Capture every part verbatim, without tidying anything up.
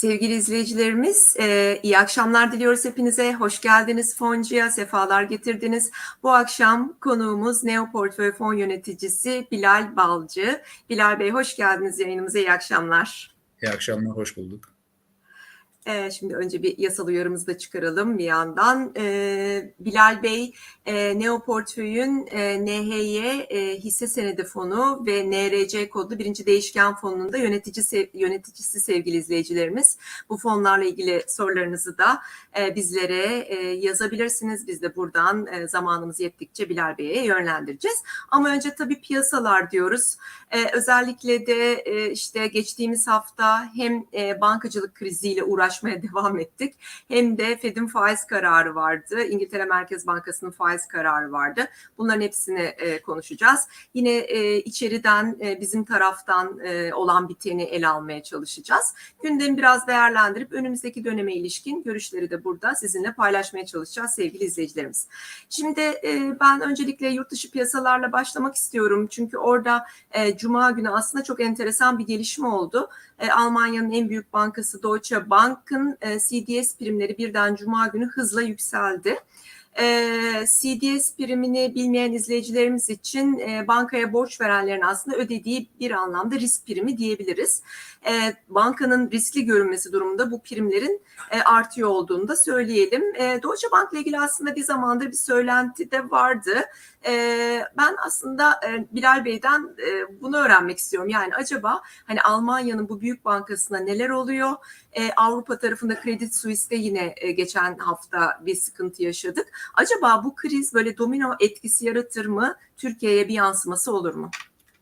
Sevgili izleyicilerimiz, e, iyi akşamlar diliyoruz hepinize. Hoş geldiniz Foncu'ya, sefalar getirdiniz. Bu akşam konuğumuz Neo Portföy Fon Yöneticisi Bilal Balcı. Bilal Bey hoş geldiniz yayınımıza, iyi akşamlar. İyi akşamlar, hoş bulduk. Ee, şimdi önce bir yasal uyarımızı da çıkaralım bir yandan. Ee, Bilal Bey, e, Neo Portföy'ün e, N H Y e, hisse senedi fonu ve N R C kodlu birinci değişken fonunun da yönetici, yöneticisi sevgili izleyicilerimiz. Bu fonlarla ilgili sorularınızı da e, bizlere e, yazabilirsiniz. Biz de buradan e, zamanımız yettikçe Bilal Bey'e yönlendireceğiz. Ama önce tabii piyasalar diyoruz. E, özellikle de e, işte geçtiğimiz hafta hem e, bankacılık kriziyle uğraşmıştık, devam ettik. Hem de Fed'in faiz kararı vardı. İngiltere Merkez Bankası'nın faiz kararı vardı. Bunların hepsini e, konuşacağız. Yine e, içeriden e, bizim taraftan e, olan biteni ele almaya çalışacağız. Gündemi biraz değerlendirip önümüzdeki döneme ilişkin görüşleri de burada sizinle paylaşmaya çalışacağız sevgili izleyicilerimiz. Şimdi e, ben öncelikle yurt dışı piyasalarla başlamak istiyorum. Çünkü orada e, Cuma günü aslında çok enteresan bir gelişme oldu. E, Almanya'nın en büyük bankası Deutsche Bank'ın e, C D S primleri birden Cuma günü hızla yükseldi. E, C D S primini bilmeyen izleyicilerimiz için e, bankaya borç verenlerin aslında ödediği bir anlamda risk primi diyebiliriz. E, bankanın riskli görünmesi durumunda bu primlerin e, artıyor olduğunu da söyleyelim. E, Deutsche Bank ile ilgili aslında bir zamandır bir söylenti de vardı. E, ben aslında e, Bilal Bey'den e, bunu öğrenmek istiyorum. Yani acaba hani Almanya'nın bu büyük bankasına neler oluyor? E, Avrupa tarafında Credit Suisse'de yine e, geçen hafta bir sıkıntı yaşadık. Acaba bu kriz böyle domino etkisi yaratır mı? Türkiye'ye bir yansıması olur mu?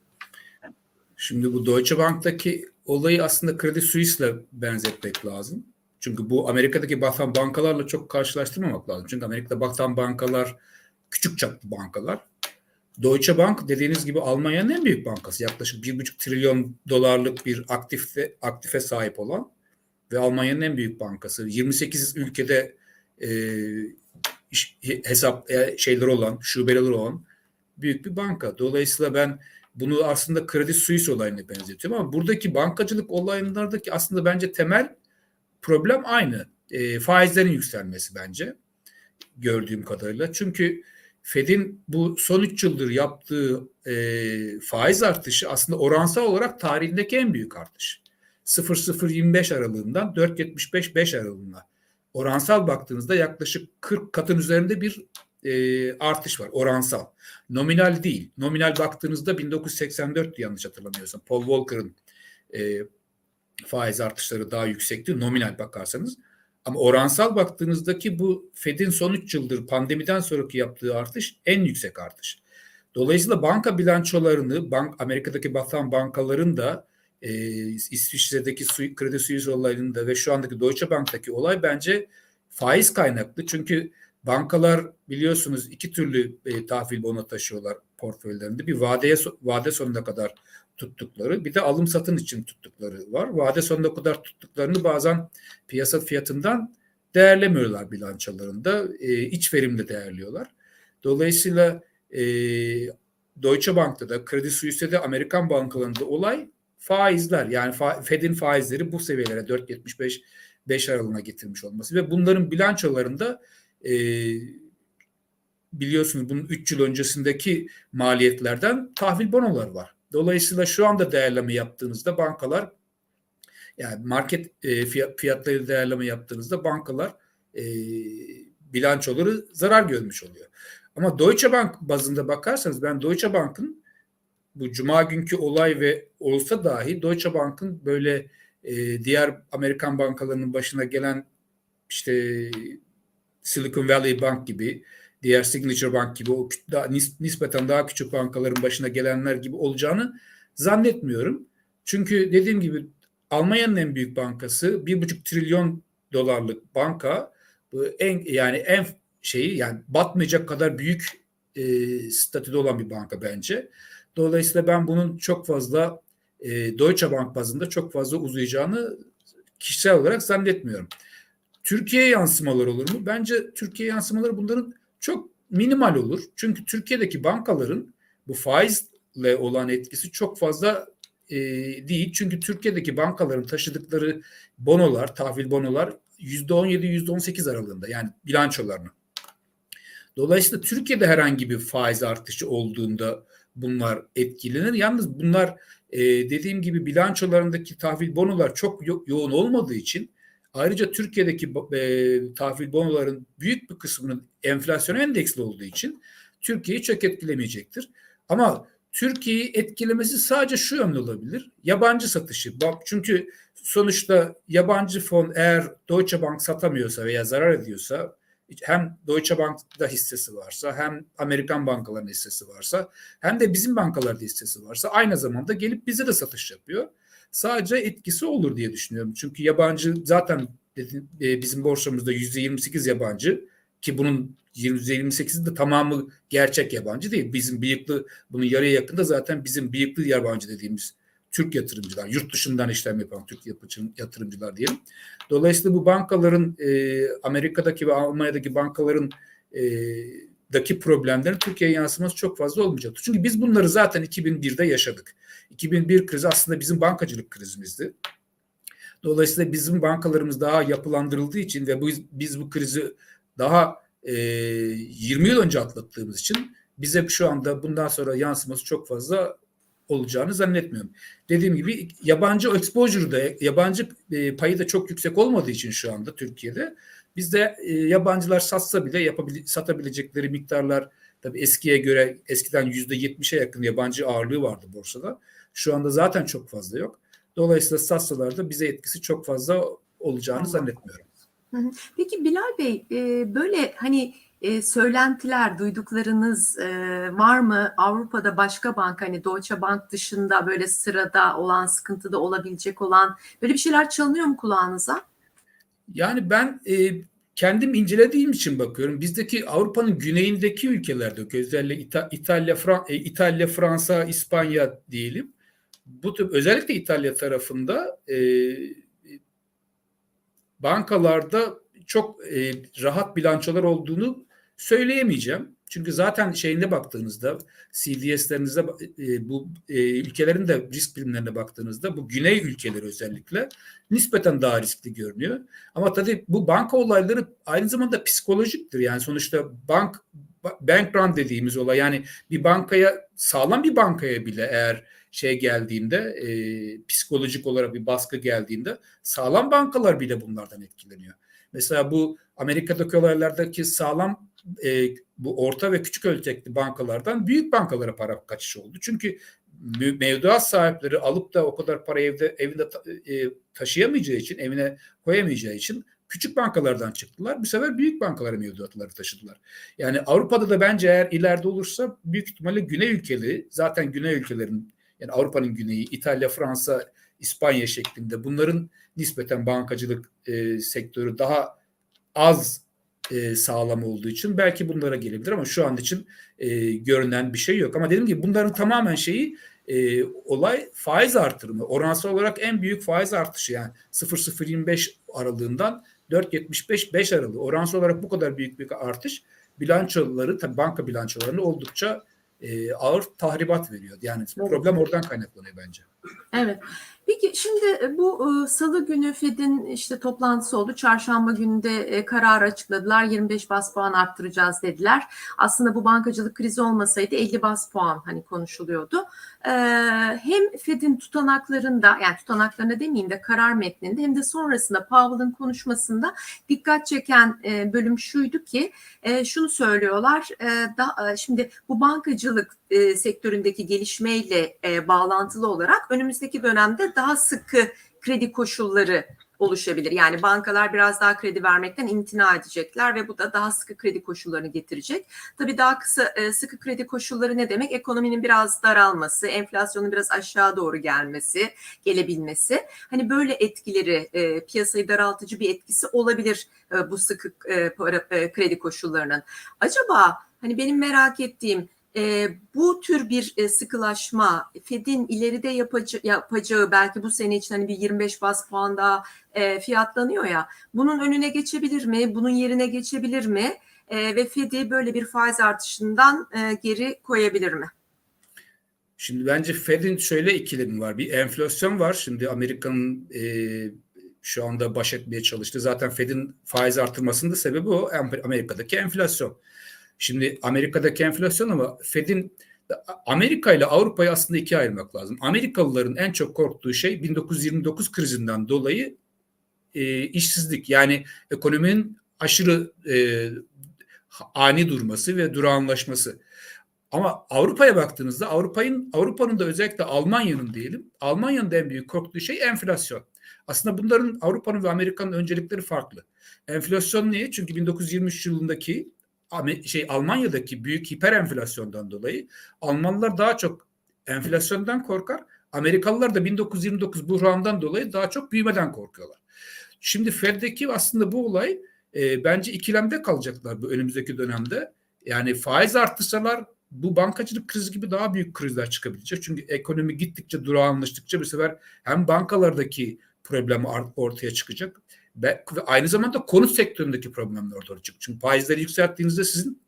Şimdi bu Deutsche Bank'taki olayı aslında Credit Suisse'le benzetmek lazım. Çünkü bu Amerika'daki batan bankalarla çok karşılaştırmamak lazım. Çünkü Amerika'da batan bankalar küçük çaplı bankalar. Deutsche Bank dediğiniz gibi Almanya'nın en büyük bankası. Yaklaşık bir buçuk trilyon dolarlık bir aktife, aktife sahip olan ve Almanya'nın en büyük bankası. yirmi sekiz ülkede e, iş, hesap e, şeyleri olan, şubeleri olan büyük bir banka. Dolayısıyla ben bunu aslında Credit Suisse olayına benzetiyorum ama buradaki bankacılık olaylarındaki aslında bence temel problem aynı. E, faizlerin yükselmesi bence gördüğüm kadarıyla. Çünkü Fed'in bu son üç yıldır yaptığı e, faiz artışı aslında oransal olarak tarihindeki en büyük artış. sıfır virgül sıfır yirmi beş aralığından dört virgül yetmiş beş beş aralığına oransal baktığınızda yaklaşık kırk katın üzerinde bir e, artış var oransal. Nominal değil. Nominal baktığınızda bin dokuz yüz seksen dört yanlış hatırlamıyorsam Paul Volcker'ın e, faiz artışları daha yüksekti nominal bakarsanız. Ama oransal baktığınızdaki bu Fed'in son üç yıldır pandemiden sonraki yaptığı artış en yüksek artış. Dolayısıyla banka bilançolarını, bank, Amerika'daki batan bankaların da e, İsviçre'deki su, Kredi Suisse olayında ve şu andaki Deutsche Bank'taki olay bence faiz kaynaklı. Çünkü bankalar biliyorsunuz iki türlü e, tahvil bono taşıyorlar portföylerinde. Bir vadeye vade sonuna kadar tuttukları, bir de alım satın için tuttukları var. Vade sonuna kadar tuttuklarını bazen piyasa fiyatından değerlemiyorlar bilançolarında. E, iç verimle değerliyorlar. Dolayısıyla e, Deutsche Bank'ta da, Credit Suisse'de de, Amerikan bankalarında olay faizler. Yani fa- Fed'in faizleri bu seviyelere dört virgül yetmiş beş beş aralığına getirmiş olması ve bunların bilançolarında e, biliyorsunuz bunun üç yıl öncesindeki maliyetlerden tahvil bonoları var. Dolayısıyla şu anda değerleme yaptığınızda bankalar, yani market e, fiyat, fiyatları değerleme yaptığınızda bankalar e, bilançoları zarar görmüş oluyor. Ama Deutsche Bank bazında bakarsanız ben Deutsche Bank'ın bu cuma günkü olay ve olsa dahi Deutsche Bank'ın böyle e, diğer Amerikan bankalarının başına gelen işte Silicon Valley Bank gibi, diğer Signature Bank gibi o daha, nispeten daha küçük bankaların başına gelenler gibi olacağını zannetmiyorum. Çünkü dediğim gibi Almanya'nın en büyük bankası bir buçuk trilyon dolarlık banka, bu en yani en şeyi yani batmayacak kadar büyük e, statüde olan bir banka bence. Dolayısıyla ben bunun çok fazla e, Deutsche Bank bazında çok fazla uzayacağını kişisel olarak zannetmiyorum. Türkiye yansımaları olur mu? Bence Türkiye yansımaları bunların çok minimal olur. Çünkü Türkiye'deki bankaların bu faizle olan etkisi çok fazla e, değil. Çünkü Türkiye'deki bankaların taşıdıkları bonolar, tahvil bonolar yüzde on yedi yüzde on sekiz aralığında, yani bilançolarını. Dolayısıyla Türkiye'de herhangi bir faiz artışı olduğunda bunlar etkilenir. Yalnız bunlar e, dediğim gibi bilançolarındaki tahvil bonolar çok yo- yoğun olmadığı için, ayrıca Türkiye'deki e, tahvil bonoların büyük bir kısmının enflasyona endeksli olduğu için Türkiye'yi çok etkilemeyecektir. Ama Türkiye'yi etkilemesi sadece şu yönde olabilir: yabancı satışı. Bak, çünkü sonuçta yabancı fon eğer Deutsche Bank satamıyorsa veya zarar ediyorsa, hem Deutsche Bank'da hissesi varsa, hem Amerikan bankalarının hissesi varsa, hem de bizim bankalarda hissesi varsa, aynı zamanda gelip bize de satış yapıyor. Sadece etkisi olur diye düşünüyorum. Çünkü yabancı zaten bizim borsamızda yüzde yirmi sekiz yabancı, ki bunun yüzde yirmi sekizi de tamamı gerçek yabancı değil. Bizim bıyıklı, bunun yarıya yakında zaten bizim bıyıklı yabancı dediğimiz Türk yatırımcılar, yurt dışından işlem yapan Türk yatırımcılar diyelim. Dolayısıyla bu bankaların e, Amerika'daki ve Almanya'daki bankaların e, daki problemlerin Türkiye'ye yansıması çok fazla olmayacaktır. Çünkü biz bunları zaten iki bin birde yaşadık. iki bin bir krizi aslında bizim bankacılık krizimizdi. Dolayısıyla bizim bankalarımız daha yapılandırıldığı için ve biz, biz bu krizi daha e, yirmi yıl önce atlattığımız için bize şu anda bundan sonra yansıması çok fazla olacağını zannetmiyorum. Dediğim gibi yabancı exposure'da, yabancı e, payı da çok yüksek olmadığı için şu anda Türkiye'de bizde e, yabancılar satsa bile yapabil- satabilecekleri miktarlar, tabii eskiye göre, eskiden yüzde yetmişe yakın yabancı ağırlığı vardı borsada. Şu anda zaten çok fazla yok. Dolayısıyla satsalar da bize etkisi çok fazla olacağını Tamam. zannetmiyorum. Peki Bilal Bey, böyle hani söylentiler, duyduklarınız var mı? Avrupa'da başka banka, hani Deutsche Bank dışında böyle sırada olan, sıkıntıda olabilecek olan böyle bir şeyler çalınıyor mu kulağınıza? Yani ben e, kendim incelediğim için bakıyorum. Bizdeki Avrupa'nın güneyindeki ülkelerde, özellikle İta- İtalya, Fran- e, İtalya, Fransa, İspanya diyelim. Bu tür, özellikle İtalya tarafında e, bankalarda çok e, rahat bilançolar olduğunu söyleyemeyeceğim. Çünkü zaten şeyine baktığınızda, C D S'lerinize, e, bu e, ülkelerin de risk primlerine baktığınızda, bu güney ülkeleri özellikle nispeten daha riskli görünüyor. Ama tabii bu banka olayları aynı zamanda psikolojiktir. Yani sonuçta bank bank run dediğimiz olay, yani bir bankaya, sağlam bir bankaya bile eğer şey geldiğinde, e, psikolojik olarak bir baskı geldiğinde, sağlam bankalar bile bunlardan etkileniyor. Mesela bu Amerika'daki olaylardaki sağlam e, bu orta ve küçük ölçekli bankalardan büyük bankalara para kaçışı oldu. Çünkü mevduat sahipleri alıp da o kadar para evde evinde e, taşıyamayacağı için, evine koyamayacağı için küçük bankalardan çıktılar. Bu sefer büyük bankalara mevduatları taşıdılar. Yani Avrupa'da da bence eğer ileride olursa büyük ihtimalle güney ülkeleri, zaten güney ülkelerin, yani Avrupa'nın güneyi, İtalya, Fransa, İspanya şeklinde, bunların nispeten bankacılık e, sektörü daha az e, sağlam olduğu için belki bunlara gelebilir, ama şu an için e, görünen bir şey yok. Ama dediğim gibi bunların tamamen şeyi, e, olay faiz artırımı. Oransal olarak en büyük faiz artışı, yani sıfır virgül sıfır yirmi beş aralığından dört virgül yetmiş beş beş aralığı. Oransal olarak bu kadar büyük bir artış bilançoları, tabii banka bilançolarını oldukça e, ağır tahribat veriyor. Yani Evet. problem oradan kaynaklanıyor bence. Evet. Peki şimdi bu Salı günü Fed'in işte toplantısı oldu. Çarşamba günü de karar açıkladılar. yirmi beş bas puan arttıracağız dediler. Aslında bu bankacılık krizi olmasaydı elli bas puan hani konuşuluyordu. Hem Fed'in tutanaklarında, yani tutanaklarına demeyeyim de karar metninde, hem de sonrasında Powell'ın konuşmasında dikkat çeken bölüm şuydu ki, şunu söylüyorlar. Şimdi bu bankacılık sektöründeki gelişmeyle bağlantılı olarak önümüzdeki dönemde daha sıkı kredi koşulları oluşabilir. Yani bankalar biraz daha kredi vermekten imtina edecekler ve bu da daha sıkı kredi koşullarını getirecek. Tabii daha kısa sıkı kredi koşulları ne demek? Ekonominin biraz daralması, enflasyonun biraz aşağı doğru gelmesi, gelebilmesi. Hani böyle etkileri, piyasayı daraltıcı bir etkisi olabilir bu sıkı kredi koşullarının. Acaba hani benim merak ettiğim, E, bu tür bir e, sıkılaşma Fed'in ileride yapacağı, yapacağı belki bu sene için hani bir yirmi beş bas puan daha e, fiyatlanıyor ya, bunun önüne geçebilir mi? Bunun yerine geçebilir mi? E, ve Fed'i böyle bir faiz artışından e, geri koyabilir mi? Şimdi bence Fed'in şöyle ikilemi var. Bir enflasyon var. Şimdi Amerika'nın e, şu anda baş etmeye çalıştığı, zaten Fed'in faiz artırmasının da sebebi o Amerika'daki enflasyon. Şimdi Amerika'daki enflasyon, ama Fed'in Amerika ile Avrupa'yı aslında ikiye ayırmak lazım. Amerikalıların en çok korktuğu şey bin dokuz yüz yirmi dokuz krizinden dolayı e, işsizlik. Yani ekonominin aşırı e, ani durması ve durağanlaşması. Ama Avrupa'ya baktığınızda Avrupa'nın Avrupa'nın da özellikle Almanya'nın diyelim, Almanya'nın da en büyük korktuğu şey enflasyon. Aslında bunların Avrupa'nın ve Amerika'nın öncelikleri farklı. Enflasyon niye? Çünkü bin dokuz yüz yirmi üç yılındaki şey Almanya'daki büyük hiper enflasyondan dolayı Almanlar daha çok enflasyondan korkar. Amerikalılar da bin dokuz yüz yirmi dokuz buhranından dolayı daha çok büyümeden korkuyorlar. Şimdi Fed'deki aslında bu olay e, bence ikilemde kalacaklar bu önümüzdeki dönemde. Yani faiz arttırsalar bu bankacılık krizi gibi daha büyük krizler çıkabilecek. Çünkü ekonomi gittikçe durağanlaştıkça bu sefer hem bankalardaki problem ortaya çıkacak ve aynı zamanda konut sektöründeki problemler ortaya çıkacak. Çünkü faizleri yükselttiğinizde sizin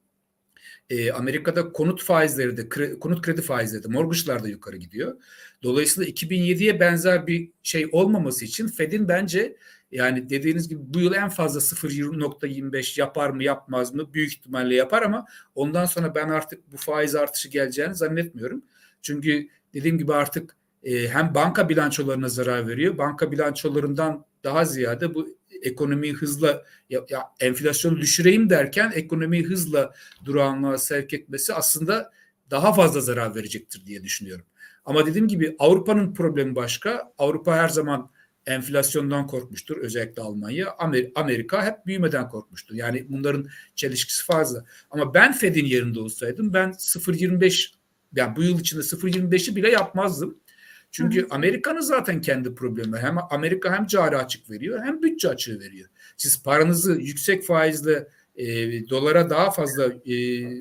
e, Amerika'da konut faizleri de kre, konut kredi faizleri de mortgage'lar da yukarı gidiyor. Dolayısıyla iki bin yediye benzer bir şey olmaması için Fed'in bence, yani dediğiniz gibi bu yıl en fazla sıfır nokta yirmi beş yapar mı yapmaz mı? Büyük ihtimalle yapar, ama ondan sonra ben artık bu faiz artışı geleceğini zannetmiyorum. Çünkü dediğim gibi artık e, hem banka bilançolarına zarar veriyor. Banka bilançolarından daha ziyade bu ekonomiyi hızla ya, ya enflasyonu düşüreyim derken ekonomiyi hızla durağanlığa sevk etmesi aslında daha fazla zarar verecektir diye düşünüyorum. Ama dediğim gibi Avrupa'nın problemi başka. Avrupa her zaman enflasyondan korkmuştur. Özellikle Almanya. Amerika hep büyümeden korkmuştur. Yani bunların çelişkisi fazla. Ama ben Fed'in yerinde olsaydım ben sıfır virgül yirmi beş, yani bu yıl içinde sıfır virgül yirmi beşi bile yapmazdım. Çünkü Amerika'nın zaten kendi problemi. Hem Amerika hem cari açık veriyor hem bütçe açığı veriyor. Siz paranızı yüksek faizle e, dolara daha fazla e,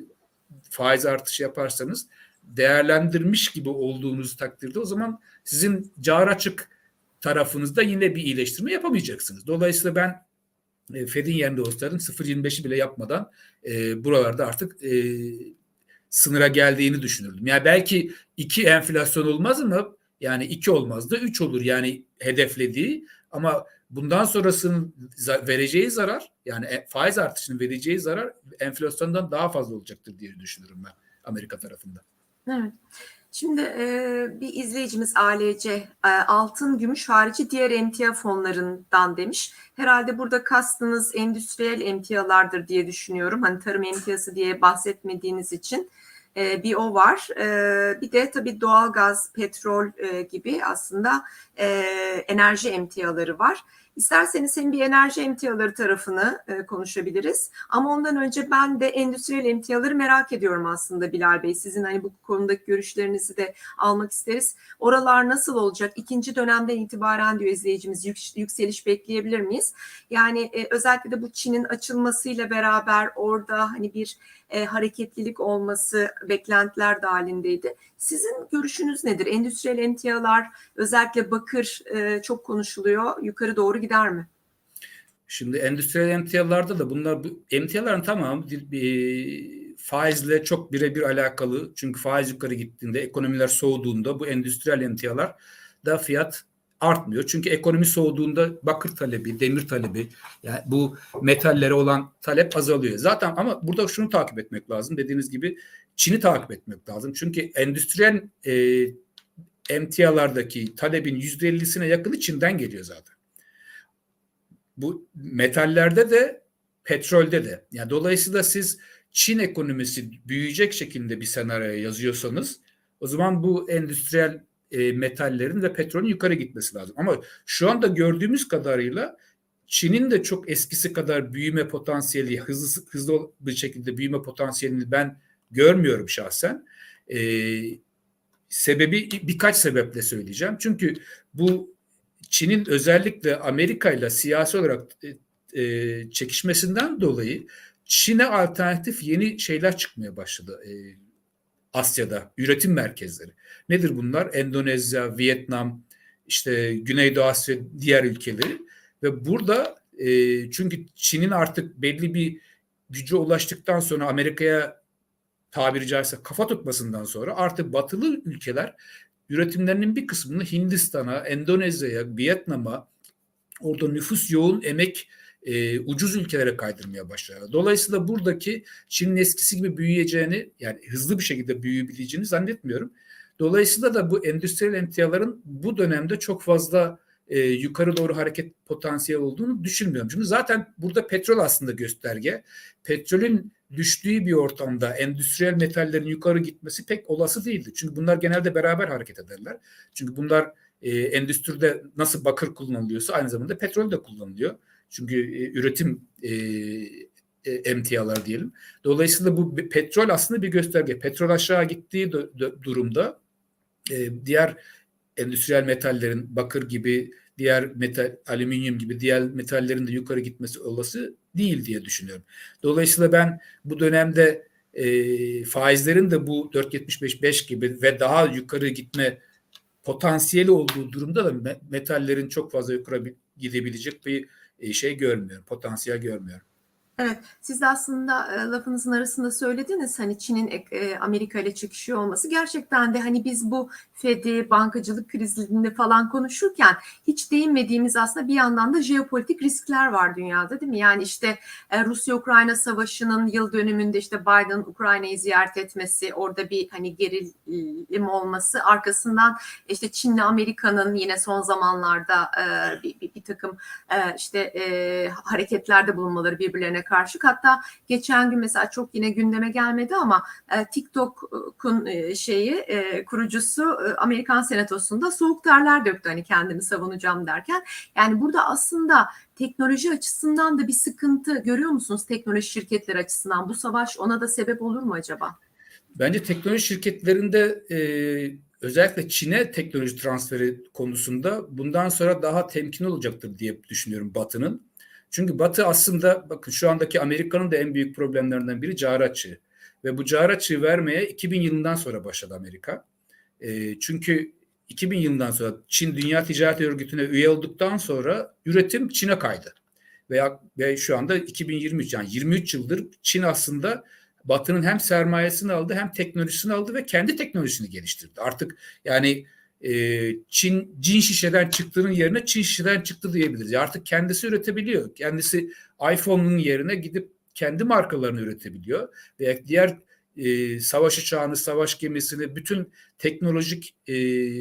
faiz artışı yaparsanız değerlendirmiş gibi olduğunuz takdirde o zaman sizin cari açık tarafınızda yine bir iyileştirme yapamayacaksınız. Dolayısıyla ben e, Fed'in yerinde olsaydım sıfır virgül yirmi beşi bile yapmadan e, buralarda artık e, sınıra geldiğini düşünürdüm. Yani belki iki enflasyon olmaz mı? Yani iki olmaz da üç olur yani hedeflediği, ama bundan sonrasının vereceği zarar, yani faiz artışının vereceği zarar enflasyondan daha fazla olacaktır diye düşünüyorum ben Amerika tarafında. Evet. Şimdi e, bir izleyicimiz A L C e, altın, gümüş harici diğer emtia fonlarından demiş. Herhalde burada kastınız endüstriyel emtialardır diye düşünüyorum. Hani tarım emtiası diye bahsetmediğiniz için. E, bir o var. E, bir de tabii doğalgaz, petrol e, gibi aslında e, enerji emtiaları var. İsterseniz hem bir enerji emtiaları tarafını e, konuşabiliriz. Ama ondan önce ben de endüstriyel emtiaları merak ediyorum aslında Bilal Bey. Sizin hani bu konudaki görüşlerinizi de almak isteriz. Oralar nasıl olacak? İkinci dönemden itibaren diyor izleyicimiz, yük, yükseliş bekleyebilir miyiz? Yani e, özellikle de bu Çin'in açılmasıyla beraber orada hani bir e, hareketlilik olması beklentiler dahilindeydi. Sizin görüşünüz nedir? Endüstriyel emtialar, özellikle bakır e, çok konuşuluyor. Yukarı doğru gider mi? Şimdi endüstriyel emtialarda da bunlar, bu emtiaların tamamı bir, bir faizle çok birebir alakalı. Çünkü faiz yukarı gittiğinde, ekonomiler soğuduğunda bu endüstriyel emtialar da fiyat artmıyor. Çünkü ekonomi soğuduğunda bakır talebi, demir talebi, yani bu metallere olan talep azalıyor. Zaten ama burada şunu takip etmek lazım. Dediğiniz gibi Çin'i takip etmek lazım. Çünkü endüstriyel e, emtialardaki talebin yüzde ellisine yakını Çin'den geliyor zaten. Bu metallerde de petrolde de. Yani dolayısıyla siz Çin ekonomisi büyüyecek şekilde bir senaryo yazıyorsanız o zaman bu endüstriyel e, metallerin ve petrolün yukarı gitmesi lazım. Ama şu anda gördüğümüz kadarıyla Çin'in de çok eskisi kadar büyüme potansiyeli, hızlı hızlı bir şekilde büyüme potansiyelini ben görmüyorum şahsen. Ee, sebebi birkaç sebeple söyleyeceğim. Çünkü bu Çin'in özellikle Amerika ile siyasi olarak e, çekişmesinden dolayı Çin'e alternatif yeni şeyler çıkmaya başladı. E, Asya'da üretim merkezleri. Nedir bunlar? Endonezya, Vietnam, işte Güneydoğu Asya diğer ülkeleri ve burada e, çünkü Çin'in artık belli bir güce ulaştıktan sonra Amerika'ya tabiri caizse kafa tutmasından sonra artık batılı ülkeler üretimlerinin bir kısmını Hindistan'a, Endonezya'ya, Vietnam'a, orada nüfus yoğun, emek e, ucuz ülkelere kaydırmaya başladı. Dolayısıyla buradaki Çin'in eskisi gibi büyüyeceğini, yani hızlı bir şekilde büyüyebileceğini zannetmiyorum. Dolayısıyla da bu endüstriyel emtiaların bu dönemde çok fazla e, yukarı doğru hareket potansiyeli olduğunu düşünmüyorum. Çünkü zaten burada petrol aslında gösterge. Petrolün düştüğü bir ortamda endüstriyel metallerin yukarı gitmesi pek olası değildi. Çünkü bunlar genelde beraber hareket ederler. Çünkü bunlar e, endüstride nasıl bakır kullanılıyorsa aynı zamanda petrol de kullanılıyor. Çünkü e, üretim e, e, emtialar diyelim. Dolayısıyla bu petrol aslında bir gösterge. Petrol aşağı gittiği d- d- durumda e, diğer endüstriyel metallerin bakır gibi, diğer metal, alüminyum gibi diğer metallerin de yukarı gitmesi olası değil diye düşünüyorum. Dolayısıyla ben bu dönemde e, faizlerin de bu dört virgül yetmiş beş beş gibi ve daha yukarı gitme potansiyeli olduğu durumda da metallerin çok fazla yukarı gidebilecek bir şey görmüyorum, potansiyel görmüyorum. Evet, siz de aslında e, lafınızın arasında söylediniz hani Çin'in e, Amerika ile çekişiyor olması. Gerçekten de hani biz bu Fed'i, bankacılık krizinde falan konuşurken hiç değinmediğimiz aslında bir yandan da jeopolitik riskler var dünyada, değil mi? Yani işte e, Rusya-Ukrayna savaşının yıl dönümünde işte Biden Ukrayna'yı ziyaret etmesi, orada bir hani gerilim olması, arkasından işte Çin'le Amerika'nın yine son zamanlarda e, bir, bir, bir takım e, işte e, hareketlerde bulunmaları birbirlerine karşı. Hatta geçen gün mesela çok yine gündeme gelmedi ama e, TikTok'un e, şeyi e, kurucusu e, Amerikan Senatosu'nda soğuk terler döktü hani kendimi savunacağım derken. Yani burada aslında teknoloji açısından da bir sıkıntı görüyor musunuz teknoloji şirketleri açısından? Bu savaş ona da sebep olur mu acaba? Bence teknoloji şirketlerinde e, özellikle Çin'e teknoloji transferi konusunda bundan sonra daha temkinli olacaktır diye düşünüyorum Batı'nın. Çünkü Batı aslında bakın şu andaki Amerika'nın da en büyük problemlerinden biri cari açığı. Ve bu cari açığı vermeye iki bin yılından sonra başladı Amerika. E, çünkü iki bin yılından sonra Çin Dünya Ticaret Örgütü'ne üye olduktan sonra üretim Çin'e kaydı. Veya ve şu anda iki bin yirmi üç yani yirmi üç yıldır Çin aslında Batı'nın hem sermayesini aldı hem teknolojisini aldı ve kendi teknolojisini geliştirdi. Artık yani e, Çin cin şişeden çıktığının yerine Çin şişeden çıktı diyebiliriz. Artık kendisi üretebiliyor. Kendisi iPhone'un yerine gidip kendi markalarını üretebiliyor. Veya diğer e, savaş uçağını, savaş gemisini, bütün teknolojik e,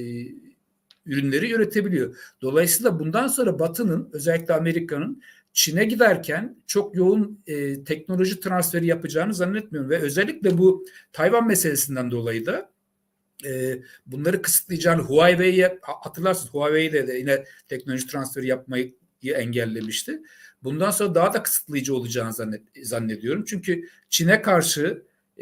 ürünleri üretebiliyor. Dolayısıyla bundan sonra Batı'nın, özellikle Amerika'nın Çin'e giderken çok yoğun e, teknoloji transferi yapacağını zannetmiyorum. Ve özellikle bu Tayvan meselesinden dolayı da e, bunları kısıtlayacağını, Huawei'ye hatırlarsınız, Huawei'de de yine teknoloji transferi yapmayı engellemişti. Bundan sonra daha da kısıtlayıcı olacağını zannet, zannediyorum. Çünkü Çin'e karşı e,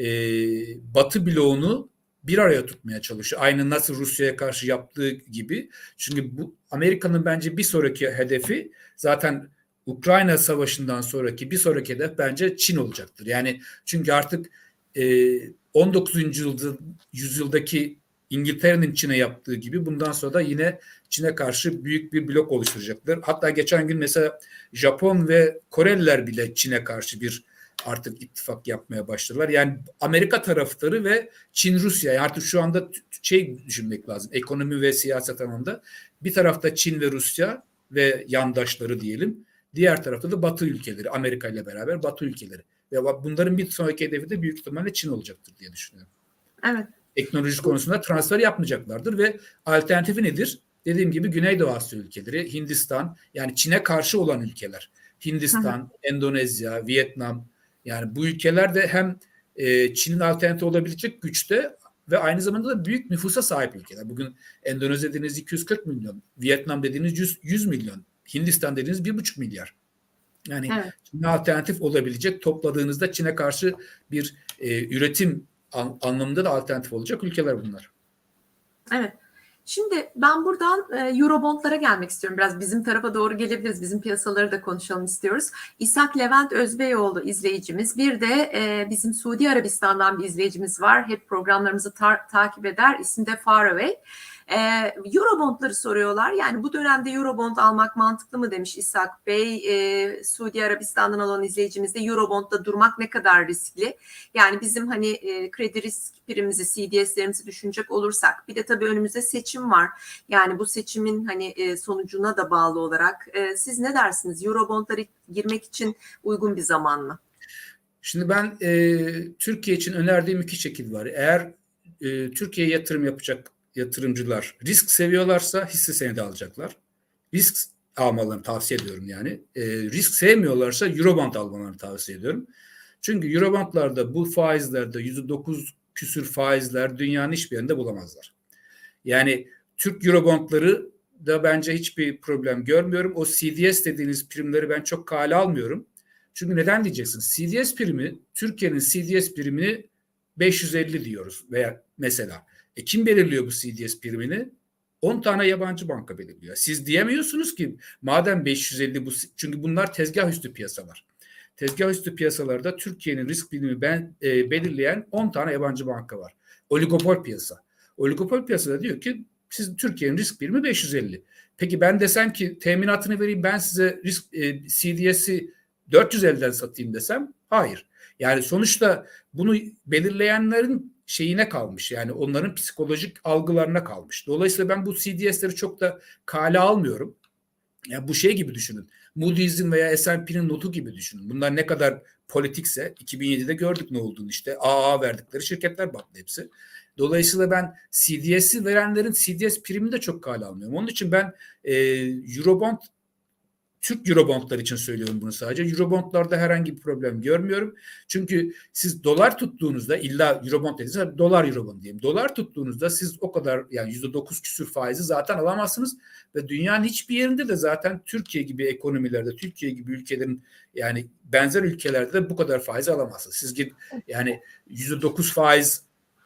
Batı bloğunu bir araya tutmaya çalışıyor. Aynı nasıl Rusya'ya karşı yaptığı gibi. Çünkü bu Amerika'nın bence bir sonraki hedefi zaten Ukrayna Savaşı'ndan sonraki bir sonraki hedef bence Çin olacaktır. Yani çünkü artık e, on dokuzuncu yüzyıldaki İngiltere'nin Çin'e yaptığı gibi bundan sonra da yine Çin'e karşı büyük bir blok oluşturacaklar. Hatta geçen gün mesela Japon ve Koreliler bile Çin'e karşı bir artık ittifak yapmaya başladılar. Yani Amerika taraftarı ve Çin-Rusya. Artık şu anda şey düşünmek lazım. Ekonomi ve siyaset anlamında. Bir tarafta Çin ve Rusya ve yandaşları diyelim. Diğer tarafta da Batı ülkeleri. Amerika ile beraber Batı ülkeleri. Ve bunların bir sonraki hedefi de büyük ihtimalle Çin olacaktır diye düşünüyorum. Evet. Teknoloji konusunda transfer yapmayacaklardır ve alternatifi nedir? Dediğim gibi Güneydoğu Asya ülkeleri, Hindistan, yani Çin'e karşı olan ülkeler. Hindistan, hı hı. Endonezya, Vietnam, yani bu ülkeler de hem e, Çin'in alternatifi olabilecek güçte ve aynı zamanda da büyük nüfusa sahip ülkeler. Bugün Endonezya dediğiniz iki yüz kırk milyon, Vietnam dediğiniz yüz, yüz milyon, Hindistan dediğiniz bir buçuk milyar. Yani evet. Çin'e alternatif olabilecek, topladığınızda Çin'e karşı bir e, üretim an, anlamında da alternatif olacak ülkeler bunlar. Evet. Şimdi ben buradan e, Eurobondlara gelmek istiyorum. Biraz bizim tarafa doğru gelebiliriz. Bizim piyasaları da konuşalım istiyoruz. İshak Levent Özbeyoğlu izleyicimiz. Bir de e, bizim Suudi Arabistan'dan bir izleyicimiz var. Hep programlarımızı ta- takip eder. İsmi de Faraway. E, Eurobondları soruyorlar. Yani bu dönemde Eurobond almak mantıklı mı demiş İshak Bey. E, Suudi Arabistan'dan olan izleyicimiz de Eurobond'da durmak ne kadar riskli? Yani bizim hani e, kredi risk primimizi, C D S'lerimizi düşünecek olursak bir de tabii önümüzde seçim var. Yani bu seçimin hani e, sonucuna da bağlı olarak e, siz ne dersiniz? Eurobondlara girmek için uygun bir zaman mı? Şimdi ben e, Türkiye için önerdiğim iki şekil var. Eğer e, Türkiye'ye yatırım yapacak yatırımcılar risk seviyorlarsa hisse senedi alacaklar. Risk almalarını tavsiye ediyorum yani. E, risk sevmiyorlarsa Eurobond almalarını tavsiye ediyorum. Çünkü Eurobondlarda bu faizlerde yüzde dokuz küsür faizler dünyanın hiçbir yerinde bulamazlar. Yani Türk Eurobondları da bence hiçbir problem görmüyorum. O C D S dediğiniz primleri ben çok kale almıyorum. Çünkü neden diyeceksin? C D S primi, Türkiye'nin C D S primini beş yüz elli diyoruz veya mesela. E kim belirliyor bu C D S primini? on tane yabancı banka belirliyor. Siz diyemiyorsunuz ki madem beş yüz elli bu, çünkü bunlar tezgah üstü piyasalar. Tezgah üstü piyasalarda Türkiye'nin risk primini ben, e, belirleyen on tane yabancı banka var. Oligopol piyasa. Oligopol piyasada diyor ki siz Türkiye'nin risk primi beş yüz elli. Peki ben desem ki teminatını vereyim ben size risk e, C D S'i dört yüz elliden satayım desem hayır. Yani sonuçta bunu belirleyenlerin şeyine kalmış. Yani onların psikolojik algılarına kalmış. Dolayısıyla ben bu C D S'leri çok da kale almıyorum. Ya bu şey gibi düşünün. Moody's'in veya S and P'nin notu gibi düşünün. Bunlar ne kadar politikse iki bin yedide gördük ne olduğunu işte. A A verdikleri şirketler battı hepsi. Dolayısıyla ben C D S'i verenlerin C D S primini de çok kale almıyorum. Onun için ben e, Eurobond Türk Eurobondlar için söylüyorum bunu sadece. Eurobondlarda herhangi bir problem görmüyorum. Çünkü siz dolar tuttuğunuzda illa Eurobond dediğinizde dolar Eurobond diyeyim. Dolar tuttuğunuzda siz o kadar yani yüzde dokuz küsür faizi zaten alamazsınız ve dünyanın hiçbir yerinde de zaten Türkiye gibi ekonomilerde, Türkiye gibi ülkelerin yani benzer ülkelerde de bu kadar faizi alamazsınız. Siz git yani yüzde dokuz faiz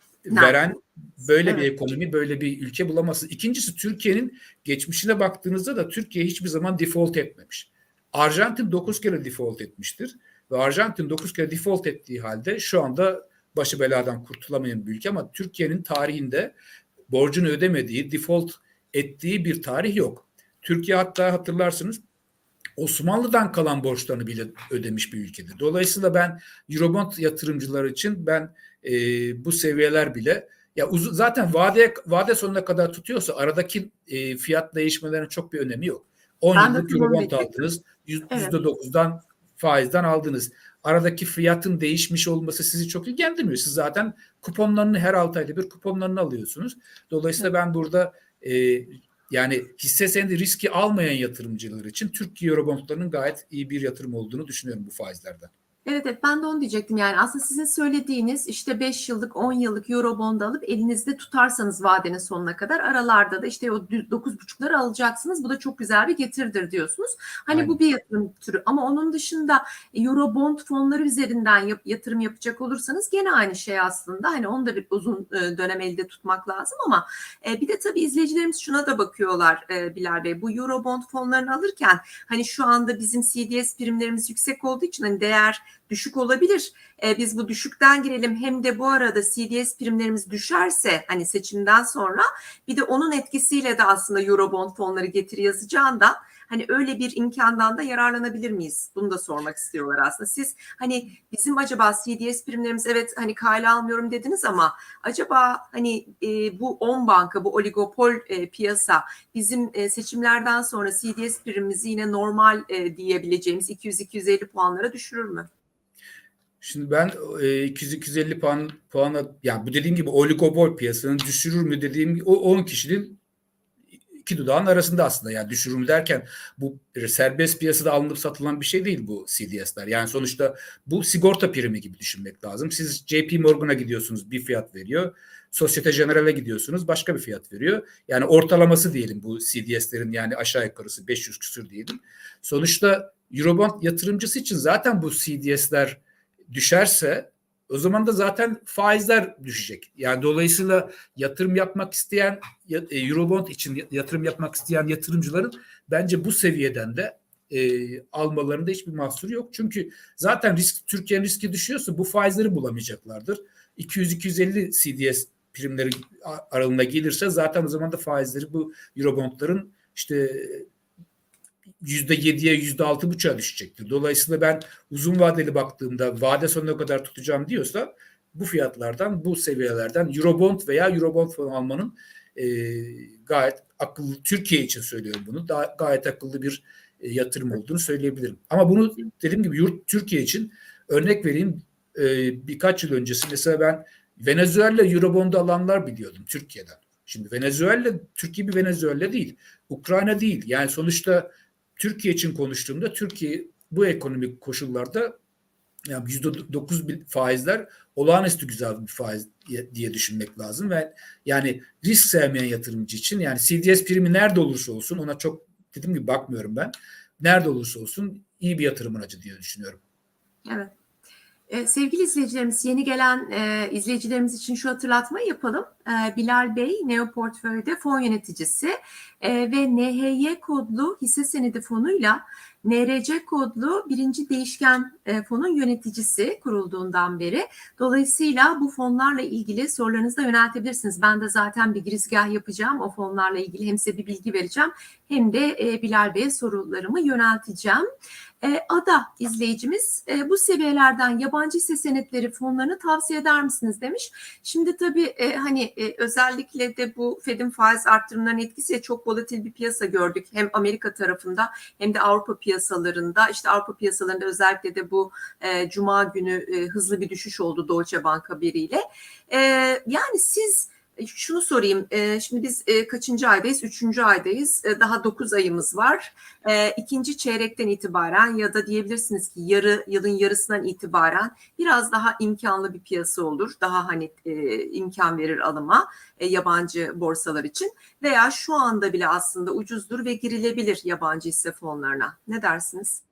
veren böyle bir Evet. ekonomi, böyle bir ülke bulamazsınız. İkincisi Türkiye'nin geçmişine baktığınızda da Türkiye hiçbir zaman default etmemiş. Arjantin dokuz kere default etmiştir. Ve Arjantin dokuz kere default ettiği halde şu anda başı beladan kurtulamayan bir ülke ama Türkiye'nin tarihinde borcunu ödemediği, default ettiği bir tarih yok. Türkiye hatta hatırlarsınız Osmanlı'dan kalan borçlarını bile ödemiş bir ülkedir. Dolayısıyla ben Eurobond yatırımcılar için ben e, bu seviyeler bile ya uz- zaten vade vade sonuna kadar tutuyorsa aradaki e, fiyat değişmelerinin çok bir önemi yok. on Ben de yıllık tamam Eurobond diyecektim. aldınız, Evet. yüzde dokuzdan faizden aldınız. Aradaki fiyatın değişmiş olması sizi çok ilgilendirmiyor. Siz zaten kuponlarını her altı ayda bir kuponlarını alıyorsunuz. Dolayısıyla Evet. ben burada e, yani hisse senedi riski almayan yatırımcılar için Türkiye Eurobondlarının gayet iyi bir yatırım olduğunu düşünüyorum bu faizlerden. Evet, evet ben de onu diyecektim yani aslında sizin söylediğiniz işte beş yıllık on yıllık Eurobond alıp elinizde tutarsanız vadenin sonuna kadar aralarda da işte o dokuz buçukları alacaksınız. Bu da çok güzel bir getiridir diyorsunuz. Hani Aynen. bu bir yatırım türü ama onun dışında Eurobond fonları üzerinden yap, yatırım yapacak olursanız gene aynı şey aslında. Hani onu da bir uzun dönem elde tutmak lazım ama bir de tabii izleyicilerimiz şuna da bakıyorlar Bilal Bey. Bu Eurobond fonlarını alırken hani şu anda bizim C D S primlerimiz yüksek olduğu için hani değer düşük olabilir. Ee, biz bu düşükten girelim hem de bu arada C D S primlerimiz düşerse hani seçimden sonra bir de onun etkisiyle de aslında Eurobond fonları getiri yazacağından hani öyle bir imkandan da yararlanabilir miyiz? Bunu da sormak istiyorlar aslında. Siz hani bizim acaba C D S primlerimiz evet hani kale almıyorum dediniz ama acaba hani e, bu on banka bu oligopol e, piyasa bizim e, seçimlerden sonra C D S primimizi yine normal e, diyebileceğimiz iki yüz iki yüz elli puanlara düşürür mü? Şimdi ben e, iki yüz iki yüz elli puan puana yani bu dediğim gibi oligopol piyasanın düşürür mü dediğim o on kişinin iki dudağın arasında aslında yani düşürür mü derken bu serbest piyasada alınıp satılan bir şey değil bu C D S'ler. Yani sonuçta bu sigorta primi gibi düşünmek lazım. Siz J P Morgan'a gidiyorsunuz bir fiyat veriyor. Societe Generale'e gidiyorsunuz başka bir fiyat veriyor. Yani ortalaması diyelim bu C D S'lerin yani aşağı yukarısı beş yüz küsür diyelim. Sonuçta Eurobond yatırımcısı için zaten bu C D S'ler düşerse o zaman da zaten faizler düşecek. Yani dolayısıyla yatırım yapmak isteyen Eurobond için yatırım yapmak isteyen yatırımcıların bence bu seviyeden de e, almalarında hiçbir mahsuru yok. Çünkü zaten risk Türkiye'nin riski düşüyorsa bu faizleri bulamayacaklardır. iki yüz iki yüz elli C D S primleri aralığına gelirse zaten o zaman da faizleri bu Eurobondların işte yüzde yediye yüzde altı buçuğa düşecektir. Dolayısıyla ben uzun vadeli baktığımda vade sonuna kadar tutacağım diyorsa bu fiyatlardan, bu seviyelerden Eurobond veya Eurobond fonu almanın e, gayet akıllı, Türkiye için söylüyorum bunu, daha, gayet akıllı bir e, yatırım olduğunu söyleyebilirim. Ama bunu dediğim gibi yurt Türkiye için örnek vereyim. E, birkaç yıl öncesi mesela ben Venezuela Eurobond'u alanlar biliyordum Türkiye'den. Şimdi Venezuela, Türkiye bir Venezuela değil. Ukrayna değil. Yani sonuçta Türkiye için konuştuğumda Türkiye bu ekonomik koşullarda yani yüzde dokuz faizler olağanüstü güzel bir faiz diye düşünmek lazım ve yani risk sevmeyen yatırımcı için yani C D S primi nerede olursa olsun ona çok dediğim gibi bakmıyorum ben. Nerede olursa olsun iyi bir yatırım aracı diye düşünüyorum. Evet. Ee, sevgili izleyicilerimiz, yeni gelen e, izleyicilerimiz için şu hatırlatmayı yapalım. E, Bilal Bey, Neo Portföy'de fon yöneticisi e, ve N H Y kodlu hisse senedi fonuyla N R C kodlu birinci değişken e, fonun yöneticisi kurulduğundan beri. Dolayısıyla bu fonlarla ilgili sorularınızı da yöneltebilirsiniz. Ben de zaten bir girizgah yapacağım. O fonlarla ilgili hem size bir bilgi vereceğim hem de e, Bilal Bey'e sorularımı yönelteceğim. E, Ada izleyicimiz e, bu seviyelerden yabancı hisse senetleri fonlarını tavsiye eder misiniz demiş. Şimdi tabii e, hani e, özellikle de bu Fed'in faiz arttırımlarının etkisiyle çok volatil bir piyasa gördük. Hem Amerika tarafında hem de Avrupa piyasalarında. İşte Avrupa piyasalarında özellikle de bu e, Cuma günü e, hızlı bir düşüş oldu Deutsche Bank haberiyle. E, yani siz şunu sorayım, şimdi biz kaçıncı aydayız? Üçüncü aydayız. Daha dokuz ayımız var. İkinci çeyrekten itibaren ya da diyebilirsiniz ki yarı yılın yarısından itibaren biraz daha imkanlı bir piyasa olur. Daha hani imkan verir alıma yabancı borsalar için. Veya şu anda bile aslında ucuzdur ve girilebilir yabancı hisse fonlarına. Ne dersiniz?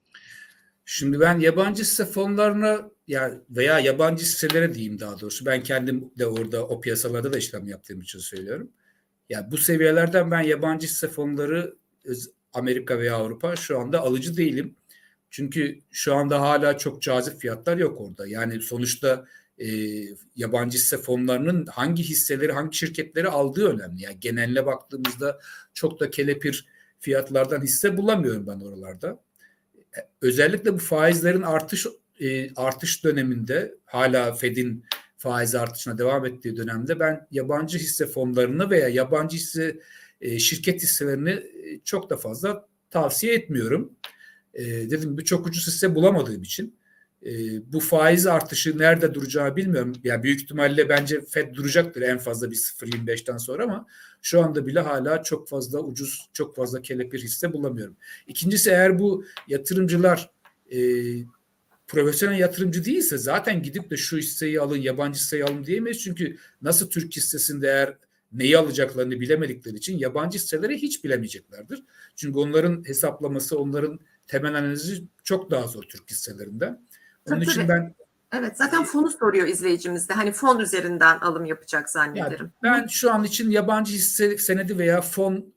Şimdi ben yabancı hisse fonlarına ya veya yabancı hisselere diyeyim daha doğrusu. Ben kendim de orada o piyasalarda da işlem yaptığım için söylüyorum. Ya bu seviyelerden ben yabancı hisse fonları Amerika veya Avrupa şu anda alıcı değilim. Çünkü şu anda hala çok cazip fiyatlar yok orada. Yani sonuçta e, yabancı hisse fonlarının hangi hisseleri, hangi şirketleri aldığı önemli. Yani geneline baktığımızda çok da kelepir fiyatlardan hisse bulamıyorum ben oralarda. Özellikle bu faizlerin artış e, artış döneminde hala Fed'in faiz artışına devam ettiği dönemde ben yabancı hisse fonlarını veya yabancı hisse e, şirket hisselerini e, çok da fazla tavsiye etmiyorum. E, dedim bu çok ucuz hisse bulamadığım için e, bu faiz artışı nerede duracağı bilmiyorum. Yani büyük ihtimalle bence Fed duracaktır en fazla bir sıfır virgül yirmi beşten sonra ama şu anda bile hala çok fazla ucuz, çok fazla kelepir hisse bulamıyorum. İkincisi eğer bu yatırımcılar e, profesyonel yatırımcı değilse zaten gidip de şu hisseyi alın, yabancı hisseyi alın diyemeyiz. Çünkü nasıl Türk hissesinde eğer neyi alacaklarını bilemedikleri için yabancı hisseleri hiç bilemeyeceklerdir. Çünkü onların hesaplaması, onların temel analizi çok daha zor Türk hisselerinden. Onun Tabii, için tabii. ben Evet, zaten fonu soruyor izleyicimiz de. Hani fon üzerinden alım yapacak zannederim. yani ben şu an için yabancı hisse senedi veya fon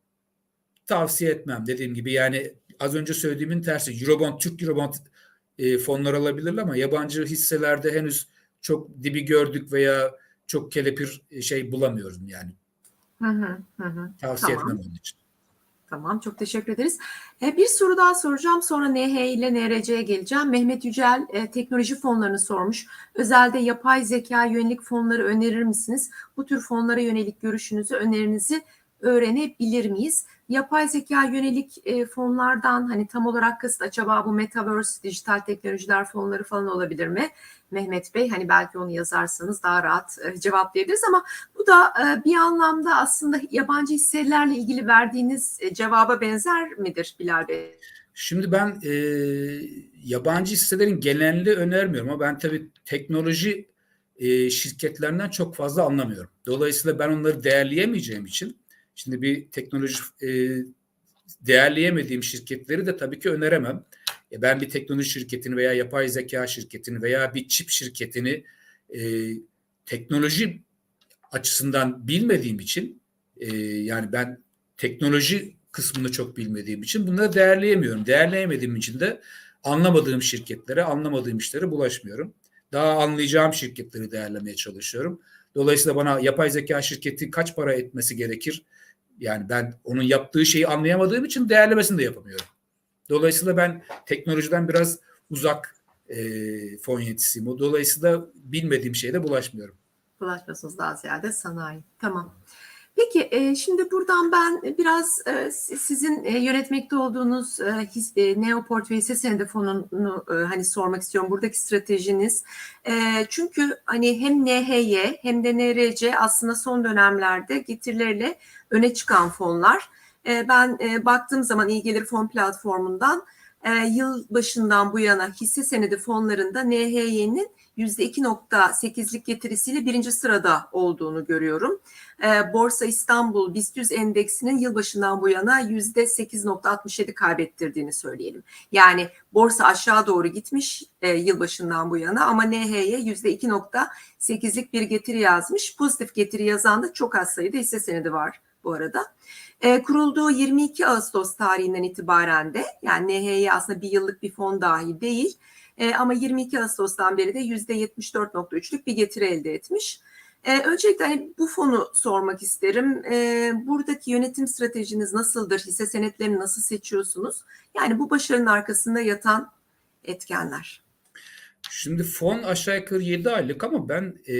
tavsiye etmem. Dediğim gibi yani az önce söylediğimin tersi. Eurobond, Türk Eurobond e, fonlar alabilirler ama yabancı hisselerde henüz çok dibi gördük veya çok kelepir şey bulamıyorum yani. Hı hı, hı hı. Tavsiye Tamam. etmem onun için. Tamam, çok teşekkür ederiz. E, bir soru daha soracağım, sonra N H ile N R C'ye geleceğim. Mehmet Yücel e, teknoloji fonlarını sormuş. Özelde yapay zeka yönelik fonları önerir misiniz? Bu tür fonlara yönelik görüşünüzü, önerinizi öğrenebilir miyiz? Yapay zeka yönelik e, fonlardan hani tam olarak kasıt acaba bu Metaverse, dijital teknolojiler fonları falan olabilir mi? Mehmet Bey, hani belki onu yazarsanız daha rahat e, cevaplayabiliriz ama bu da e, bir anlamda aslında yabancı hisselerle ilgili verdiğiniz e, cevaba benzer midir Bilal Bey? Şimdi ben e, yabancı hisselerin genelini önermiyorum ama ben tabii teknoloji e, şirketlerinden çok fazla anlamıyorum. Dolayısıyla ben onları değerleyemeyeceğim için şimdi bir teknoloji e, değerleyemediğim şirketleri de tabii ki öneremem. E, ben bir teknoloji şirketini veya yapay zeka şirketini veya bir çip şirketini e, teknoloji açısından bilmediğim için e, yani ben teknoloji kısmını çok bilmediğim için bunları değerleyemiyorum. Değerleyemediğim için de anlamadığım şirketlere, anlamadığım işlere bulaşmıyorum. Daha anlayacağım şirketleri değerlemeye çalışıyorum. Dolayısıyla bana yapay zeka şirketi kaç para etmesi gerekir? Yani ben onun yaptığı şeyi anlayamadığım için değerlemesini de yapamıyorum. Dolayısıyla ben teknolojiden biraz uzak e, fon yöneticisiyim. Dolayısıyla bilmediğim şeye de bulaşmıyorum. Bulaşmasınız daha ziyade sanayi. Tamam. Peki e, şimdi buradan ben biraz e, sizin e, yönetmekte olduğunuz e, his, e, Neoport ve hisse senedi fonunu e, hani sormak istiyorum. Buradaki stratejiniz. E, çünkü hani hem N H Y hem de N R C aslında son dönemlerde getirilerle öne çıkan fonlar. E, ben e, baktığım zaman İyi Gelir Fon platformundan e, yıl başından bu yana hisse senedi fonlarında N H Y'nin yüzde iki nokta sekizlik getirisiyle birinci sırada olduğunu görüyorum. E, Borsa İstanbul BIST yüz endeksinin yılbaşından bu yana yüzde sekiz nokta altmış yedi kaybettirdiğini söyleyelim. Yani borsa aşağı doğru gitmiş e, yılbaşından bu yana ama N H Y yüzde iki nokta sekizlik bir getiri yazmış. Pozitif getiri yazan da çok az sayıda hisse senedi var bu arada. E, kurulduğu yirmi iki Ağustos tarihinden itibaren de yani N H Y aslında bir yıllık bir fon dahi değil. E, ama yirmi iki Ağustos'tan beri de yüzde yetmiş dört nokta üçlük bir getiri elde etmiş. E, öncelikle hani bu fonu sormak isterim. E, buradaki yönetim stratejiniz nasıldır? Hisse senetlerini nasıl seçiyorsunuz? Yani bu başarının arkasında yatan etkenler. Şimdi fon aşağı yukarı yedi aylık ama ben e,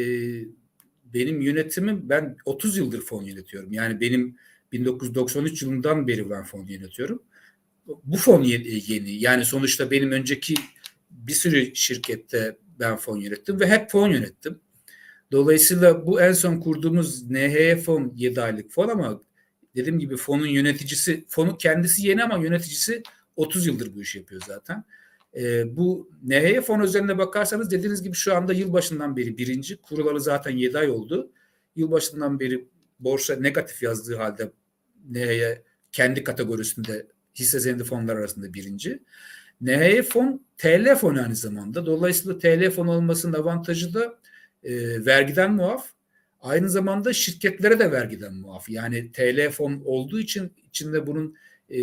benim yönetimim ben otuz yıldır fon yönetiyorum. Yani benim bin dokuz yüz doksan üç yılından beri ben fon yönetiyorum. Bu fon yeni. Yani sonuçta benim önceki bir sürü şirkette ben fon yönettim ve hep fon yönettim. Dolayısıyla bu en son kurduğumuz N H Y fon yedi aylık fon ama dediğim gibi fonun yöneticisi, fonu kendisi yeni ama yöneticisi otuz yıldır bu işi yapıyor zaten. Ee, bu N H Y fon özeline bakarsanız dediğiniz gibi şu anda yılbaşından beri birinci, kurulalı zaten yedi ay oldu. Yılbaşından beri borsa negatif yazdığı halde N H Y kendi kategorisinde hisse senedi fonlar arasında birinci. N H Y fon T L fon aynı zamanda. Dolayısıyla T L fon olmasının avantajı da e, vergiden muaf. Aynı zamanda şirketlere de vergiden muaf. Yani T L fon olduğu için içinde bunun e,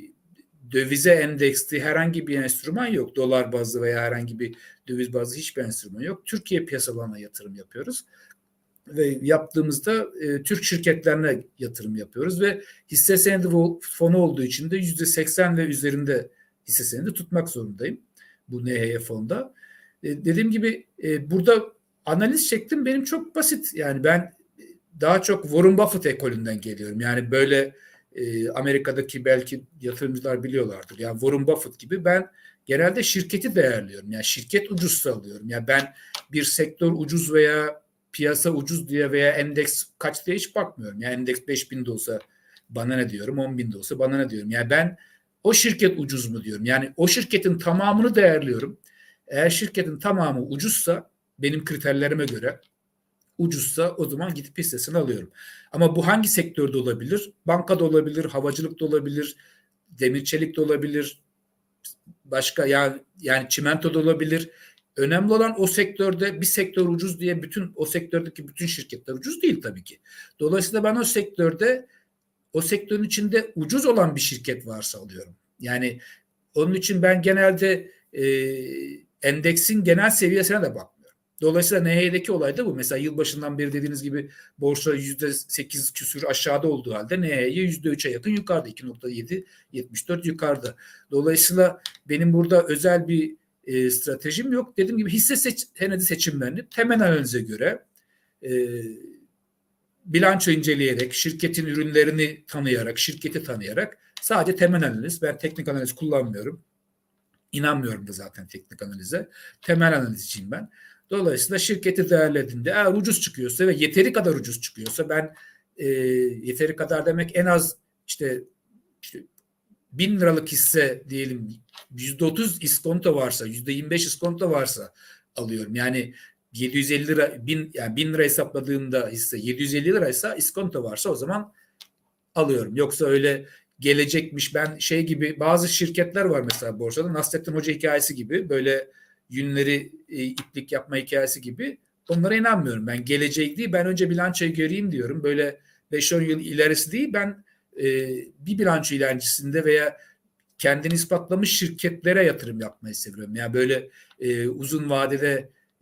dövize endeksli herhangi bir enstrüman yok. Dolar bazlı veya herhangi bir döviz bazlı hiçbir enstrüman yok. Türkiye piyasalarına yatırım yapıyoruz. Ve yaptığımızda e, Türk şirketlerine yatırım yapıyoruz ve hisse senedi fonu olduğu için de yüzde seksen ve üzerinde hisse senedi tutmak zorundayım bu N H Y fonda. E, dediğim gibi e, burada analiz şeklim benim çok basit. Yani ben daha çok Warren Buffett ekolünden geliyorum. Yani böyle e, Amerika'daki belki yatırımcılar biliyorlardır. Yani Warren Buffett gibi ben genelde şirketi değerliyorum. Yani şirket ucuzsa alıyorum. Yani ben bir sektör ucuz veya piyasa ucuz diye veya endeks kaç diye hiç bakmıyorum. Yani endeks beş bin de olsa bana ne diyorum, on bin de olsa bana ne diyorum. Yani ben o şirket ucuz mu diyorum. Yani o şirketin tamamını değerliyorum. Eğer şirketin tamamı ucuzsa benim kriterlerime göre ucuzsa o zaman gidip hissesini alıyorum. Ama bu hangi sektörde olabilir? Bankada olabilir, havacılık da olabilir, demir çelik de olabilir, başka yani yani çimento da olabilir. Önemli olan o sektörde bir sektör ucuz diye bütün o sektördeki bütün şirketler ucuz değil tabii ki. Dolayısıyla ben o sektörde o sektörün içinde ucuz olan bir şirket varsa alıyorum. Yani onun için ben genelde e, endeksin genel seviyesine de bakmıyorum. Dolayısıyla N H Y'deki olay da bu. Mesela yılbaşından beri dediğiniz gibi borsa yüzde sekiz küsür aşağıda olduğu halde N H Y yüzde üçe yakın yukarıda. iki nokta yedi yetmiş dört yukarıda. Dolayısıyla benim burada özel bir e, stratejim yok. Dediğim gibi hisse seç, senedi seçimlerini temel analize göre e, bilanço inceleyerek, şirketin ürünlerini tanıyarak, şirketi tanıyarak sadece temel analiz. Ben teknik analiz kullanmıyorum. İnanmıyorum da zaten teknik analize. Temel analizciyim ben. Dolayısıyla şirketi değerlediğinde eğer ucuz çıkıyorsa ve yeteri kadar ucuz çıkıyorsa ben e, yeteri kadar demek en az işte, işte bin liralık hisse diyelim yüzde otuz iskonto varsa, yüzde yirmi beş iskonto varsa alıyorum. Yani yedi yüz elli lira bin yani bin lira hesapladığımda hisse yedi yüz elli liraysa iskonto varsa o zaman alıyorum. Yoksa öyle gelecekmiş ben şey gibi bazı şirketler var mesela borsada Nasrettin Hoca hikayesi gibi böyle yünleri e, iplik yapma hikayesi gibi onlara inanmıyorum. Ben gelecek değil ben önce bilançoyu göreyim diyorum. Böyle beş on yıl ilerisi değil ben e, bir bilanço ilerisinde veya kendini ispatlamış şirketlere yatırım yapmayı seviyorum. Yani böyle e, uzun vadede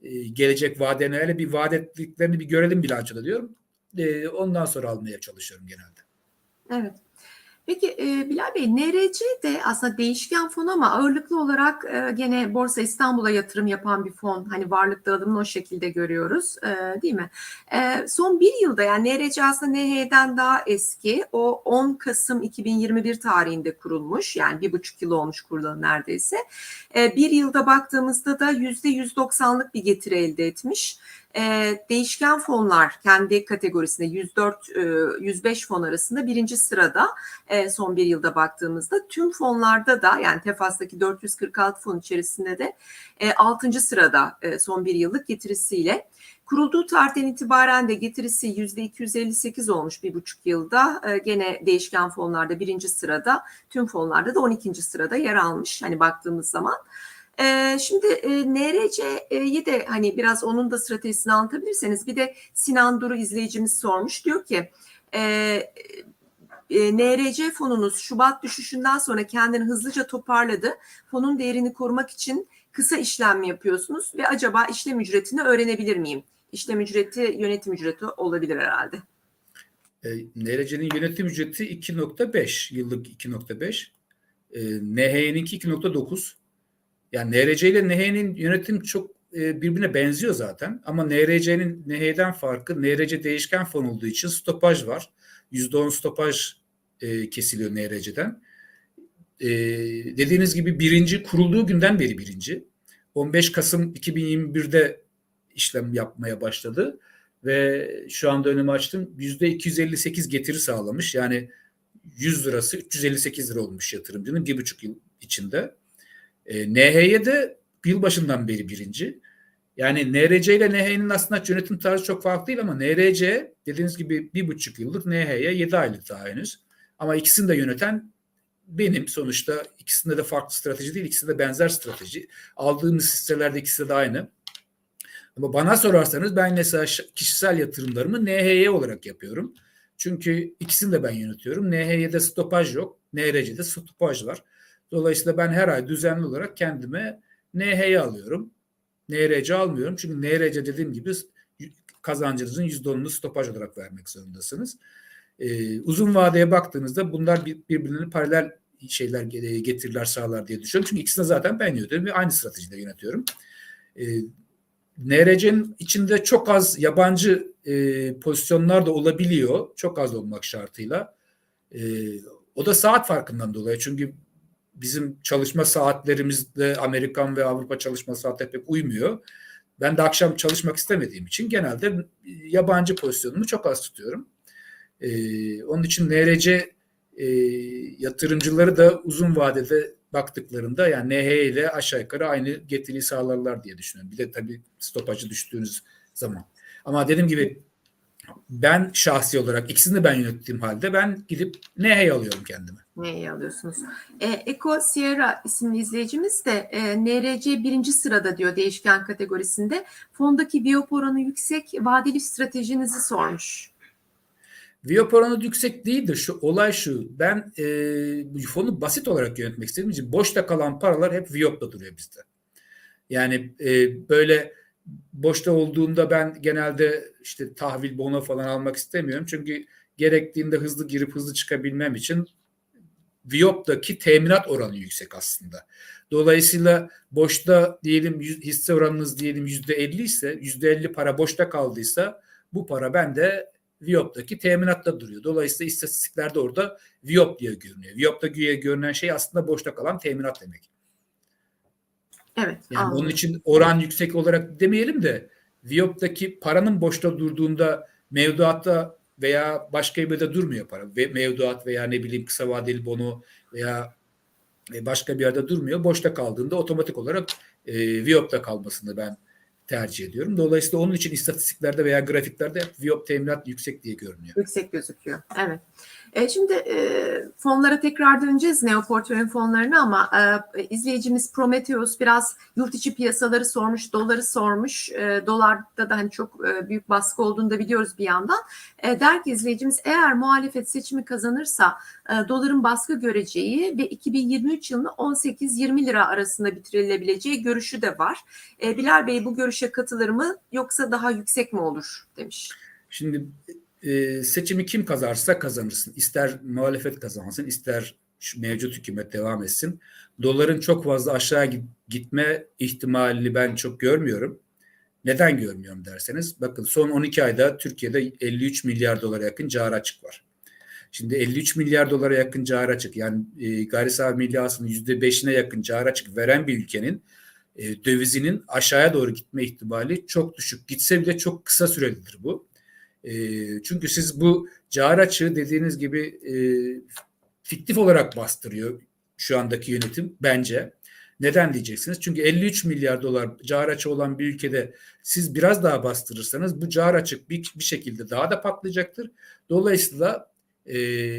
e, gelecek vadelerle bir vaat ettiklerini bir görelim bilançoda diyorum. E, ondan sonra almaya çalışıyorum genelde. Evet. Peki e, Bilal Bey, N R C de aslında değişken fon ama ağırlıklı olarak e, gene Borsa İstanbul'a yatırım yapan bir fon. Hani varlık dağılımını o şekilde görüyoruz, e, değil mi? E, son bir yılda, yani N R C aslında N H Y'den daha eski. O on Kasım iki bin yirmi bir tarihinde kurulmuş. Yani bir buçuk yıl olmuş kurulalı neredeyse. E, bir yılda baktığımızda da yüzde yüz doksanlık bir getiri elde etmiş. E, değişken fonlar kendi kategorisinde yüz dört yüz beş fon arasında birinci sırada e, son bir yılda baktığımızda. Tüm fonlarda da, yani Tefas'taki dört yüz kırk altı fon içerisinde de e, altıncı sırada e, son bir yıllık getirisiyle. Kurulduğu tarihten itibaren de getirisi yüzde iki yüz elli sekiz olmuş bir buçuk yılda. E, gene değişken fonlarda birinci sırada, tüm fonlarda da on ikinci sırada yer almış hani baktığımız zaman. Ee, şimdi e, N R C'yi de hani biraz onun da stratejisini anlatabilirseniz. Bir de Sinan Duru izleyicimiz sormuş, diyor ki e, e, N R C fonunuz Şubat düşüşünden sonra kendini hızlıca toparladı. Fonun değerini korumak için kısa işlem mi yapıyorsunuz ve acaba işlem ücretini öğrenebilir miyim? İşlem ücreti yönetim ücreti olabilir herhalde. E, N R C'nin yönetim ücreti iki nokta beş, yıllık iki nokta beş. E, N H Y'ninki iki nokta dokuz. Yani N R C ile N H Y'nin yönetim çok e, birbirine benziyor zaten. Ama N R C'nin N H Y'den farkı, N R C değişken fon olduğu için stopaj var. yüzde on stopaj e, kesiliyor N R C'den. E, dediğiniz gibi birinci, kurulduğu günden beri birinci. on beş Kasım iki bin yirmi birde işlem yapmaya başladı. Ve şu anda önümü açtım. yüzde iki yüz elli sekiz getiri sağlamış. Yani yüz lirası üç yüz elli sekiz lira olmuş yatırımcının bir buçuk yıl içinde. E, N H Y'de yılbaşından beri birinci. Yani N R C ile N H Y'nin aslında yönetim tarzı çok farklı değil ama N R C dediğiniz gibi bir buçuk yıllık, N H Y yedi aylık daha henüz. Ama ikisini de yöneten benim sonuçta. İkisinde de farklı strateji değil, ikisinde de benzer strateji. Aldığımız hisselerde ikisi de aynı. Ama bana sorarsanız ben mesela kişisel yatırımlarımı N H Y olarak yapıyorum. Çünkü ikisini de ben yönetiyorum. N H Y'de stopaj yok, N R C'de stopaj var. Dolayısıyla ben her ay düzenli olarak kendime N H Y alıyorum. N R C almıyorum. Çünkü N R C dediğim gibi kazancınızın yüzde onunu stopaj olarak vermek zorundasınız. Ee, uzun vadeye baktığınızda bunlar birbirine paralel şeyler getiriler sağlar diye düşünüyorum. Çünkü ikisini zaten ben yönetiyorum ve aynı stratejide yönetiyorum. Ee, N R C'nin içinde çok az yabancı e, pozisyonlar da olabiliyor. Çok az olmak şartıyla. E, o da saat farkından dolayı. Çünkü bizim çalışma saatlerimizde Amerikan ve Avrupa çalışma saatleri pek uymuyor. Ben de akşam çalışmak istemediğim için genelde yabancı pozisyonumu çok az tutuyorum. Ee, onun için N R C e, yatırımcıları da uzun vadede baktıklarında yani N H ile aşağı yukarı aynı getiri sağlarlar diye düşünüyorum. Bir de tabii stopajı düştüğünüz zaman. Ama dediğim gibi ben şahsi olarak ikisini de ben yönettiğim halde ben gidip N H alıyorum kendime. N H alıyorsunuz. E, Eco Sierra isimli izleyicimiz de e, N R C birinci sırada diyor değişken kategorisinde. Fondaki viyop oranı yüksek, vadeli stratejinizi sormuş. Viyop oranı yüksek değildir. Şu olay şu. Ben e, bu fonu basit olarak yönetmek istediğim için boşta kalan paralar hep viyopta duruyor bizde. Yani e, böyle boşta olduğunda ben genelde işte tahvil, bono falan almak istemiyorum. Çünkü gerektiğinde hızlı girip hızlı çıkabilmem için viyoptaki teminat oranı yüksek aslında. Dolayısıyla boşta diyelim hisse oranınız diyelim yüzde elli ise yüzde elli para boşta kaldıysa bu para bende viyoptaki teminatta duruyor. Dolayısıyla istatistiklerde orada viyop diye görünüyor. Viyopta güya görünen şey aslında boşta kalan teminat demek. Evet. Yani anladım. onun için oran yüksek olarak demeyelim de viyoptaki paranın boşta durduğunda mevduatta veya başka bir yerde durmuyor para. Ve mevduat veya ne bileyim kısa vadeli bono veya başka bir yerde durmuyor. Boşta kaldığında otomatik olarak e, viyopta kalmasını ben tercih ediyorum. Dolayısıyla onun için istatistiklerde veya grafiklerde hep viyop teminat yüksek diye görünüyor. Yüksek gözüküyor. Evet. E, şimdi e, fonlara tekrar döneceğiz, Neoportföy'ün fonlarına, ama e, izleyicimiz Prometheus biraz yurt içi piyasaları sormuş, doları sormuş. E, dolarda da hani çok e, büyük baskı olduğunu da biliyoruz bir yandan. E, der ki izleyicimiz, eğer muhalefet seçimi kazanırsa e, doların baskı göreceği ve iki bin yirmi üç yılını on sekiz yirmi lira arasında bitirilebileceği görüşü de var. E, Bilal Bey bu görüşe katılır mı, yoksa daha yüksek mi olur demiş. Şimdi e, seçimi kim kazarsa kazanırsın. İster muhalefet kazansın, ister şu mevcut hükümet devam etsin. Doların çok fazla aşağı gitme ihtimalini ben çok görmüyorum. Neden görmüyorum derseniz, bakın son on iki ayda Türkiye'de elli üç milyar dolara yakın cari açık var. Şimdi elli üç milyar dolara yakın cari açık, yani e, gayri safi milli hasılanın yüzde beşine yakın cari açık veren bir ülkenin e, dövizinin aşağıya doğru gitme ihtimali çok düşük. Gitse bile çok kısa sürelidir bu. E, çünkü siz bu cari açığı dediğiniz gibi e, fiktif olarak bastırıyor şu andaki yönetim bence. Neden diyeceksiniz? Çünkü elli üç milyar dolar cari açığı olan bir ülkede siz biraz daha bastırırsanız bu cari açık bir, bir şekilde daha da patlayacaktır. Dolayısıyla e,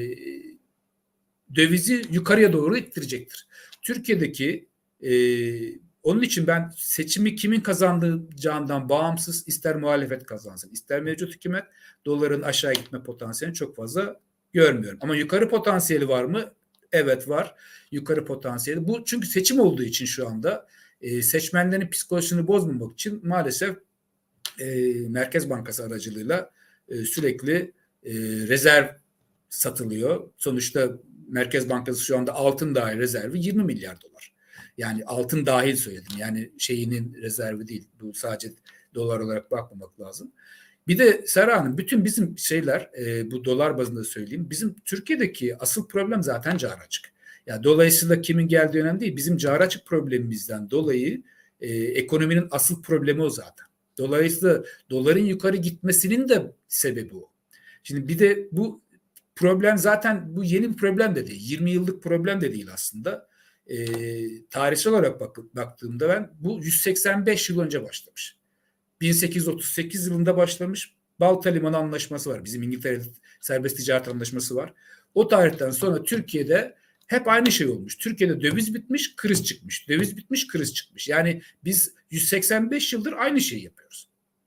dövizi yukarıya doğru ittirecektir. Türkiye'deki e, onun için ben seçimi kimin kazanacağından bağımsız, ister muhalefet kazansın, ister mevcut hükümet, doların aşağı gitme potansiyelini çok fazla görmüyorum. Ama yukarı potansiyeli var mı? Evet var. Yukarı potansiyeli. Bu çünkü seçim olduğu için şu anda e, seçmenlerin psikolojisini bozmamak için maalesef e, Merkez Bankası aracılığıyla e, sürekli e, rezerv satılıyor. Sonuçta Merkez Bankası şu anda altın dahil rezervi yirmi milyar dolar. Yani altın dahil söyledim. Yani şeyinin rezervi değil. Bu sadece dolar olarak bakmamak lazım. Bir de Serra Hanım, bütün bizim şeyler e, bu dolar bazında söyleyeyim. Bizim Türkiye'deki asıl problem zaten cari açık. Yani dolayısıyla kimin geldiği önemli değil. Bizim cari açık problemimizden dolayı e, ekonominin asıl problemi o zaten. Dolayısıyla doların yukarı gitmesinin de sebebi o. Şimdi bir de bu problem zaten bu yeni bir problem de değil. yirmi yıllık problem de değil aslında. E, tarihsel olarak bak, baktığımda ben bu yüz seksen beş yıl önce başlamış. bin sekiz yüz otuz sekiz yılında başlamış. Balta Limanı Anlaşması var. Bizim İngiltere Serbest Ticaret Anlaşması var. O tarihten sonra Türkiye'de hep aynı şey olmuş. Türkiye'de döviz bitmiş, kriz çıkmış. Döviz bitmiş, kriz çıkmış. Yani biz yüz seksen beş yıldır aynı şeyi yapıyoruz.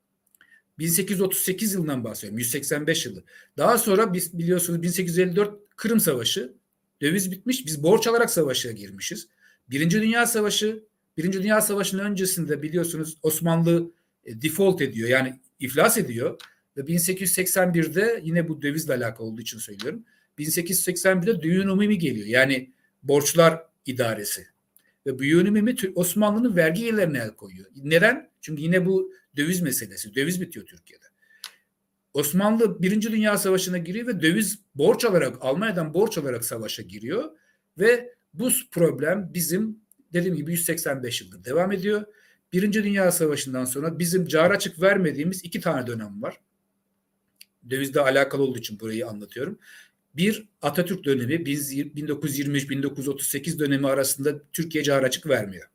bin sekiz yüz otuz sekiz yılından bahsediyorum. yüz seksen beş yılı. Daha sonra biz biliyorsunuz bin sekiz yüz elli dört Kırım Savaşı, döviz bitmiş. Biz borç alarak savaşa girmişiz. Birinci Dünya Savaşı, Birinci Dünya Savaşı'nın öncesinde biliyorsunuz Osmanlı default ediyor, yani iflas ediyor ve bin sekiz yüz seksen birde yine bu dövizle alakalı olduğu için söylüyorum. bin sekiz yüz seksen birde Düğün Umumi geliyor, yani borçlar idaresi ve bu Düğün Umumi Osmanlı'nın vergi gelirlerine el koyuyor. Neden? Çünkü yine bu döviz meselesi. Döviz bitiyor Türkiye'de. Osmanlı Birinci Dünya Savaşı'na giriyor ve döviz borç alarak, Almanya'dan borç alarak savaşa giriyor ve bu problem bizim dediğim gibi yüz seksen beş yıldır devam ediyor. Birinci Dünya Savaşı'ndan sonra bizim cari açık vermediğimiz iki tane dönem var. Dövizle alakalı olduğu için burayı anlatıyorum. Bir, Atatürk dönemi bin dokuz yüz yirmi üç bin dokuz yüz otuz sekiz dönemi arasında Türkiye cari açık vermiyor.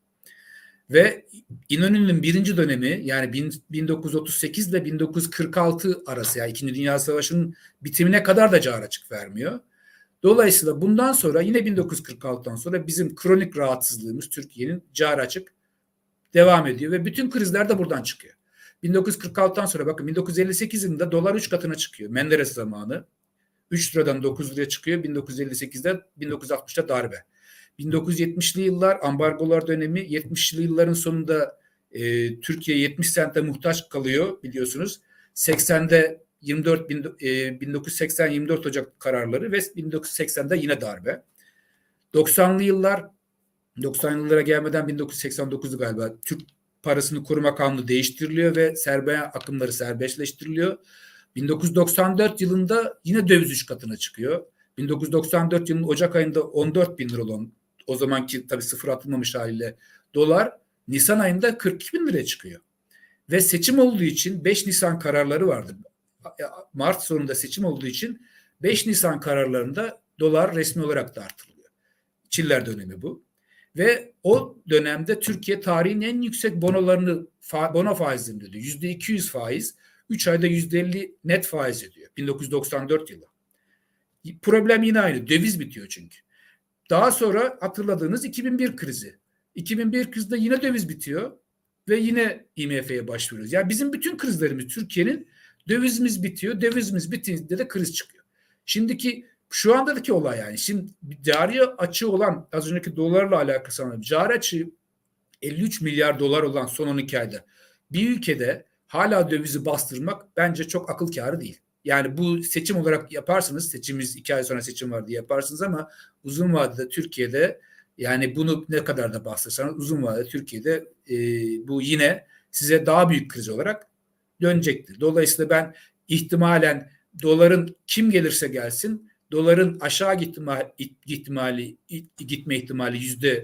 Ve İnönü'nün birinci dönemi, yani bin dokuz yüz otuz sekiz ile bin dokuz yüz kırk altı arası, yani İkinci Dünya Savaşı'nın bitimine kadar da cari açık vermiyor. Dolayısıyla bundan sonra yine bin dokuz yüz kırk altıdan sonra bizim kronik rahatsızlığımız Türkiye'nin cari açık devam ediyor ve bütün krizler de buradan çıkıyor. bin dokuz yüz kırk altıdan sonra bakın bin dokuz yüz elli sekiz yılında dolar üç katına çıkıyor. Menderes zamanı. üç liradan dokuz liraya çıkıyor. bin dokuz yüz elli sekizde bin dokuz yüz altmışta darbe. bin dokuz yüz yetmişli yıllar ambargolar dönemi, yetmişli yılların sonunda e, Türkiye yetmiş sente muhtaç kalıyor biliyorsunuz. seksende yirmi dört e, bin dokuz yüz seksen yirmi dört Ocak kararları ve bin dokuz yüz seksende yine darbe. doksanlı yıllar, doksan yıllara gelmeden bin dokuz yüz seksen dokuzda galiba Türk Parasını Koruma Kanunu değiştiriliyor ve sermaye akımları serbestleştiriliyor. bin dokuz yüz doksan dört yılında yine döviz üç katına çıkıyor. bin dokuz yüz doksan dört yılının Ocak ayında on dört bin lira olan, o zamanki tabii sıfır atılmamış haliyle dolar, Nisan ayında kırk iki bin liraya çıkıyor. Ve seçim olduğu için beş Nisan kararları vardı. Mart sonunda seçim olduğu için beş Nisan kararlarında dolar resmi olarak da artırılıyor. Çiller dönemi bu. Ve o dönemde Türkiye tarihin en yüksek bonolarını, bono faizlerini ödüyor. yüzde iki yüz faiz, üç ayda yüzde elli net faiz ediyor. bin dokuz yüz doksan dört yılı. Problem yine aynı. Döviz bitiyor çünkü. Daha sonra hatırladığınız iki bin bir krizi. iki bin bir krizde yine döviz bitiyor ve yine I M F'ye başvuruyoruz. Yani bizim bütün krizlerimiz Türkiye'nin dövizimiz bitiyor. Dövizimiz bittiğinde de kriz çıkıyor. Şimdiki şu andaki olay yani. Şimdi cari açığı olan az önceki dolarla alakası olan cari açığı elli üç milyar dolar olan son on iki ayda bir ülkede hala dövizi bastırmak bence çok akıl kârı değil. Yani bu seçim olarak yaparsınız. Seçimimiz iki ay sonra seçim var diye yaparsınız ama uzun vadede Türkiye'de yani bunu ne kadar da bastırsanız uzun vadede Türkiye'de e, bu yine size daha büyük kriz olarak dönecektir. Dolayısıyla ben ihtimalen doların kim gelirse gelsin doların aşağı gitme ihtimali, gitme ihtimali yüzde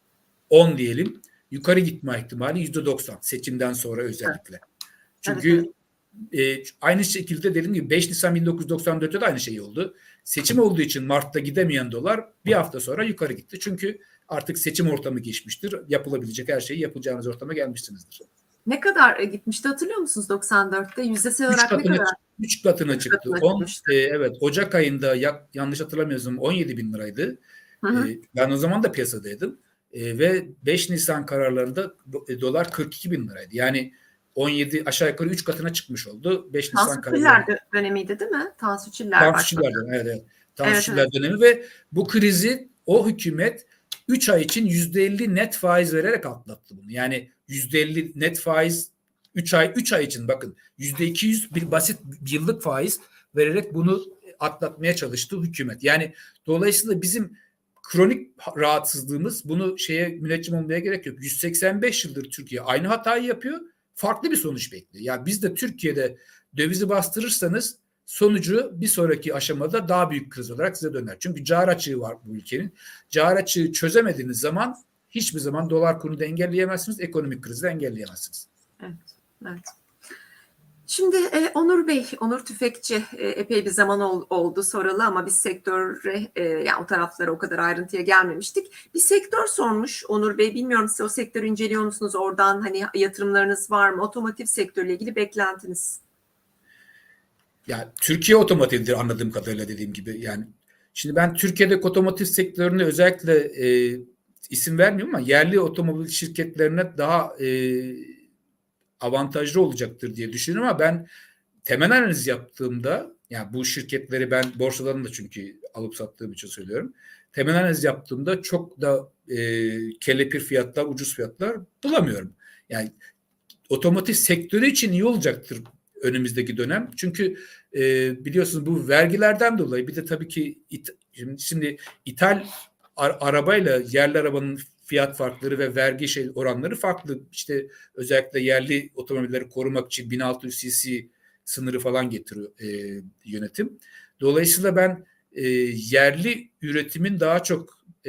on diyelim. Yukarı gitme ihtimali yüzde doksan seçimden sonra özellikle. Çünkü evet, evet. E, aynı şekilde dediğim gibi beş Nisan bin dokuz yüz doksan dörtte de aynı şey oldu. Seçim olduğu için Mart'ta gidemeyen dolar bir hafta sonra yukarı gitti. Çünkü artık seçim ortamı geçmiştir. Yapılabilecek her şeyi yapacağınız ortama gelmişsinizdir. Ne kadar gitmişti hatırlıyor musunuz doksan dörtte? Yüzdesel olarak ne kadar? üç katına çıktı. on, e, evet Ocak ayında ya, yanlış hatırlamıyorsam on yedi bin liraydı. Hı hı. E, ben o zaman da piyasadaydım. E, ve beş Nisan kararlarında e, dolar kırk iki bin liraydı. Yani on yedi aşağı yukarı üç katına çıkmış oldu. beş Nisan kararları. Tansu dönemiydi değil mi? Tansu Çiller Tansu Çiller dönemi. Evet, evet. Tansu evet, Çiller evet. dönemi ve bu krizi o hükümet üç ay için yüzde elli net faiz vererek atlattı bunu. Yani yüzde elli net faiz üç ay üç ay için bakın yüzde iki yüz bir basit yıllık faiz vererek bunu atlatmaya çalıştı hükümet. Yani dolayısıyla bizim kronik rahatsızlığımız bunu şeye müneccim olmaya gerek yok. yüz seksen beş yıldır Türkiye aynı hatayı yapıyor. Farklı bir sonuç bekliyor. Yani biz de Türkiye'de dövizi bastırırsanız sonucu bir sonraki aşamada daha büyük kriz olarak size döner. Çünkü cari açığı var bu ülkenin. Cari açığı çözemediğiniz zaman hiçbir zaman dolar kurunu da engelleyemezsiniz, ekonomik krizi de engelleyemezsiniz. Evet, evet. Şimdi e, Onur Bey, Onur Tüfekçi e, epey bir zaman ol, oldu soralı ama biz sektöre, e, yani o taraflara o kadar ayrıntıya gelmemiştik. Bir sektör sormuş Onur Bey, bilmiyorum siz o sektörü inceliyor musunuz? Oradan hani yatırımlarınız var mı? Otomotiv sektörüyle ilgili beklentiniz? Ya Türkiye otomotivdir anladığım kadarıyla dediğim gibi. Yani şimdi ben Türkiye'deki otomotiv sektörüne özellikle e, isim vermiyorum ama yerli otomobil şirketlerine daha e, avantajlı olacaktır diye düşünüyorum ama ben temel analiz yaptığımda yani bu şirketleri ben borsadan da çünkü alıp sattığım için söylüyorum. Temel analiz yaptığımda çok da e, kelepir fiyatlar, ucuz fiyatlar bulamıyorum. Yani otomotiv sektörü için iyi olacaktır önümüzdeki dönem. Çünkü e, biliyorsunuz bu vergilerden dolayı bir de tabii ki it, şimdi, şimdi ithal ar, arabayla yerli arabanın fiyat farkları ve vergi şey oranları farklı. İşte özellikle yerli otomobilleri korumak için bin altı yüz cc sınırı falan getiriyor e, yönetim. Dolayısıyla ben e, yerli üretimin daha çok e,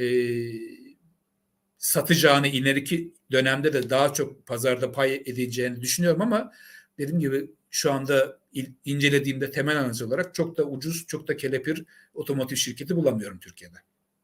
satacağını ileriki dönemde de daha çok pazarda pay edeceğini düşünüyorum ama dediğim gibi şu anda incelediğimde temel analiz olarak çok da ucuz, çok da kelepir otomotiv şirketi bulamıyorum Türkiye'de.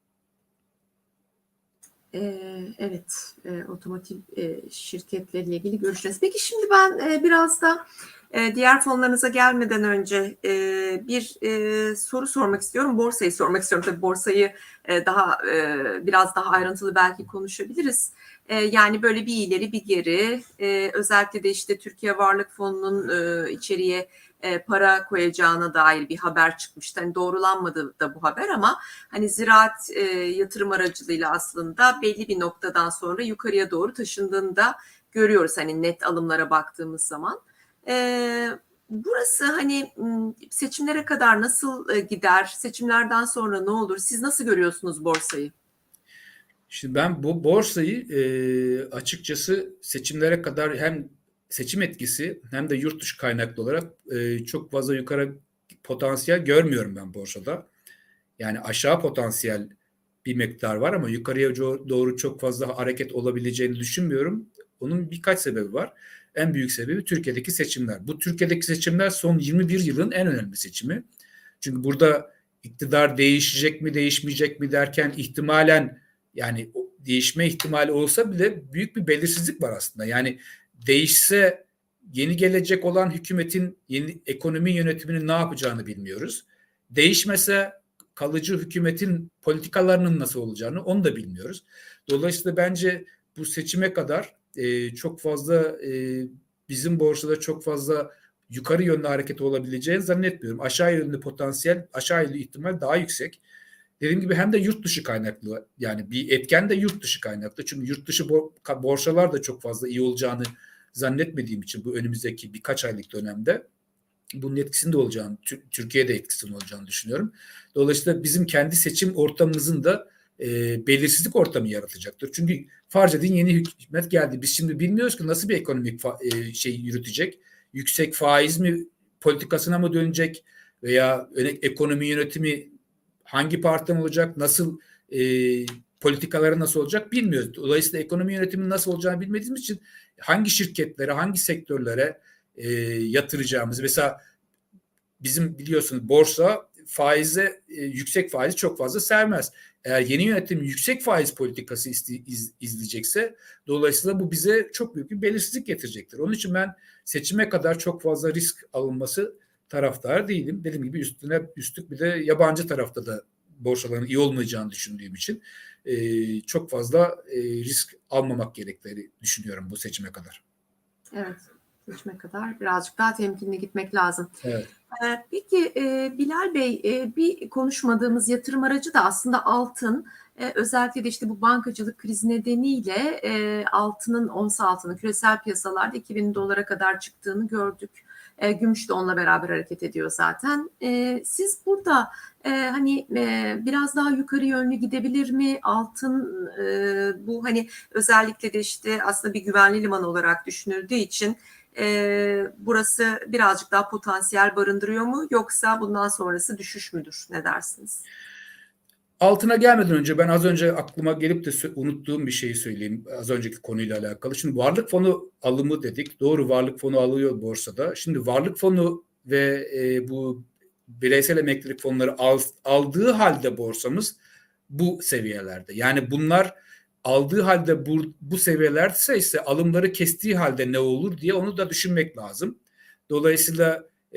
Ee, evet, e, otomotiv e, şirketleriyle ilgili görüşeceğiz. Peki şimdi ben e, biraz da e, diğer fonlarınıza gelmeden önce e, bir e, soru sormak istiyorum. Borsayı sormak istiyorum. Tabii borsayı e, daha e, biraz daha ayrıntılı belki konuşabiliriz. E, yani böyle bir ileri bir geri. E, özellikle de işte Türkiye Varlık Fonu'nun e, içeriye e, para koyacağına dair bir haber çıkmıştı. Hani doğrulanmadı da bu haber ama hani ziraat e, yatırım aracılığıyla aslında belli bir noktadan sonra yukarıya doğru taşındığını da görüyoruz. Hani net alımlara baktığımız zaman. E, burası hani seçimlere kadar nasıl e, gider? Seçimlerden sonra ne olur? Siz nasıl görüyorsunuz borsayı? Şimdi ben bu borsayı e, açıkçası seçimlere kadar hem seçim etkisi hem de yurt dışı kaynaklı olarak e, çok fazla yukarı potansiyel görmüyorum ben borsada. Yani aşağı potansiyel bir miktar var ama yukarıya doğru çok fazla hareket olabileceğini düşünmüyorum. Onun birkaç sebebi var. En büyük sebebi Türkiye'deki seçimler. Bu Türkiye'deki seçimler son yirmi bir yılın en önemli seçimi. Çünkü burada iktidar değişecek mi değişmeyecek mi derken ihtimalen yani değişme ihtimali olsa bile büyük bir belirsizlik var aslında. Yani değişse yeni gelecek olan hükümetin yeni ekonomi yönetiminin ne yapacağını bilmiyoruz. Değişmese kalıcı hükümetin politikalarının nasıl olacağını onu da bilmiyoruz. Dolayısıyla bence bu seçime kadar e, çok fazla e, bizim borsada çok fazla yukarı yönlü hareket olabileceğini zannetmiyorum. Aşağı yönlü potansiyel, aşağı yönlü ihtimal daha yüksek. Dediğim gibi hem de yurt dışı kaynaklı, yani bir etken de yurt dışı kaynaklı. Çünkü yurt dışı borsalar da çok fazla iyi olacağını zannetmediğim için bu önümüzdeki birkaç aylık dönemde bunun etkisinde olacağını, Türkiye'de etkisinde olacağını düşünüyorum. Dolayısıyla bizim kendi seçim ortamımızın da e, belirsizlik ortamı yaratacaktır. Çünkü farz edin yeni hükümet geldi. Biz şimdi bilmiyoruz ki nasıl bir ekonomik e, şey yürütecek. Yüksek faiz mi politikasına mı dönecek veya ekonomi yönetimi hangi partiden olacak, nasıl e, politikaları nasıl olacak bilmiyoruz. Dolayısıyla ekonomi yönetiminin nasıl olacağını bilmediğimiz için hangi şirketlere, hangi sektörlere e, yatıracağımız. Mesela bizim biliyorsunuz borsa faize, e, yüksek faizi çok fazla sevmez. Eğer yeni yönetim yüksek faiz politikası isti, iz, izleyecekse dolayısıyla bu bize çok büyük bir belirsizlik getirecektir. Onun için ben seçime kadar çok fazla risk alınması taraftar değilim. Dediğim gibi üstüne üstlük bir de yabancı tarafta da borsaların iyi olmayacağını düşündüğüm için e, çok fazla e, risk almamak gerektiğini düşünüyorum bu seçime kadar. Evet, seçime kadar birazcık daha temkinli gitmek lazım. Evet. Ee, peki e, Bilal Bey, e, bir konuşmadığımız yatırım aracı da aslında altın. E, özellikle de işte bu bankacılık krizi nedeniyle e, altının, ons altının küresel piyasalarda iki bin dolara kadar çıktığını gördük. E, gümüş de onunla beraber hareket ediyor zaten. E, siz burada e, hani e, biraz daha yukarı yönlü gidebilir mi? Altın e, bu hani özellikle de işte aslında bir güvenli liman olarak düşünüldüğü için e, burası birazcık daha potansiyel barındırıyor mu? Yoksa bundan sonrası düşüş müdür? Ne dersiniz? Altına gelmeden önce ben az önce aklıma gelip de unuttuğum bir şeyi söyleyeyim az önceki konuyla alakalı. Şimdi varlık fonu alımı dedik. Doğru, varlık fonu alıyor borsada. Şimdi varlık fonu ve e, bu bireysel emeklilik fonları al, aldığı halde borsamız bu seviyelerde. Yani bunlar aldığı halde bu, bu seviyelerde ise alımları kestiği halde ne olur diye onu da düşünmek lazım. Dolayısıyla e,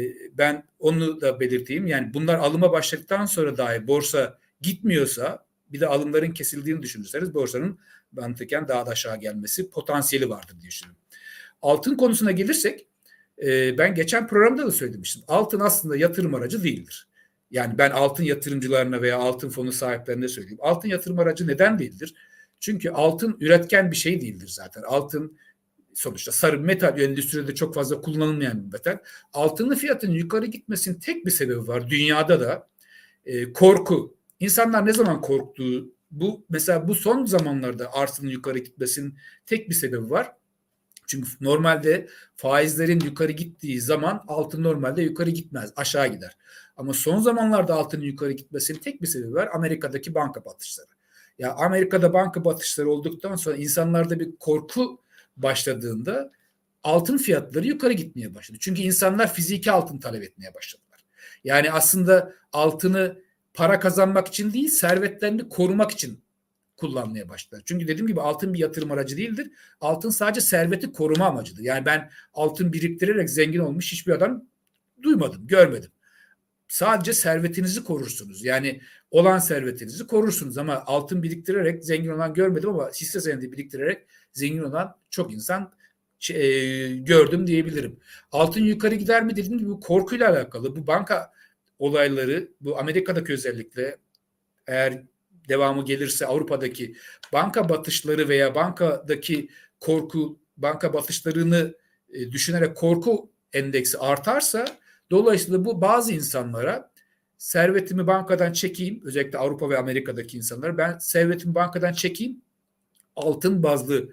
ben onu da belirteyim. Yani bunlar alıma başladıktan sonra dahi borsa gitmiyorsa, bir de alımların kesildiğini düşünürseniz borsanın mantıken daha da aşağı gelmesi potansiyeli vardır diye düşünüyorum. Altın konusuna gelirsek e, ben geçen programda da söylemiştim. Altın aslında yatırım aracı değildir. Yani ben altın yatırımcılarına veya altın fonu sahiplerine söyleyeyim. Altın yatırım aracı neden değildir? Çünkü altın üretken bir şey değildir zaten. Altın sonuçta sarı metal endüstride çok fazla kullanılmayan bir metal. Altının fiyatının yukarı gitmesinin tek bir sebebi var. Dünyada da e, korku. İnsanlar ne zaman korktuğu, bu mesela bu son zamanlarda arsanın yukarı gitmesinin tek bir sebebi var. Çünkü normalde faizlerin yukarı gittiği zaman altın normalde yukarı gitmez, aşağı gider. Ama son zamanlarda altının yukarı gitmesinin tek bir sebebi var. Amerika'daki banka batışları. Ya Amerika'da banka batışları olduktan sonra insanlarda bir korku başladığında altın fiyatları yukarı gitmeye başladı. Çünkü insanlar fiziki altın talep etmeye başladılar. Yani aslında altını para kazanmak için değil, servetlerini korumak için kullanmaya başladılar. Çünkü dediğim gibi altın bir yatırım aracı değildir. Altın sadece serveti koruma amacıdır. Yani ben altın biriktirerek zengin olmuş hiçbir adam duymadım, görmedim. Sadece servetinizi korursunuz. Yani olan servetinizi korursunuz ama altın biriktirerek zengin olan görmedim ama hisse senedi biriktirerek zengin olan çok insan e, gördüm diyebilirim. Altın yukarı gider mi dediğim gibi bu korkuyla alakalı. Bu banka olayları, bu Amerika'daki özellikle eğer devamı gelirse Avrupa'daki banka batışları veya bankadaki korku, banka batışlarını e, düşünerek korku endeksi artarsa dolayısıyla bu bazı insanlara servetimi bankadan çekeyim, özellikle Avrupa ve Amerika'daki insanlara ben servetimi bankadan çekeyim, altın bazlı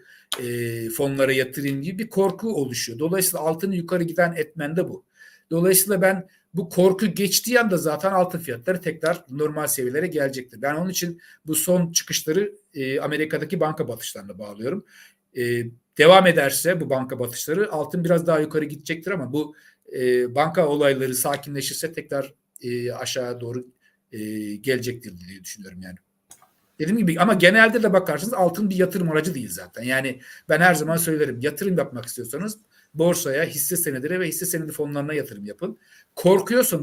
e, fonlara yatırayım gibi bir korku oluşuyor. Dolayısıyla altının yukarı giden etmen de bu. Dolayısıyla ben bu korku geçtiği anda zaten altın fiyatları tekrar normal seviyelere gelecektir. Ben onun için bu son çıkışları e, Amerika'daki banka batışlarına bağlıyorum. E, devam ederse bu banka batışları altın biraz daha yukarı gidecektir ama bu e, banka olayları sakinleşirse tekrar e, aşağı doğru e, gelecektir diye düşünüyorum yani. Dediğim gibi ama genelde de bakarsanız altın bir yatırım aracı değil zaten. Yani ben her zaman söylerim yatırım yapmak istiyorsanız borsaya, hisse senedine ve hisse senedi fonlarına yatırım yapın. Korkuyorsanız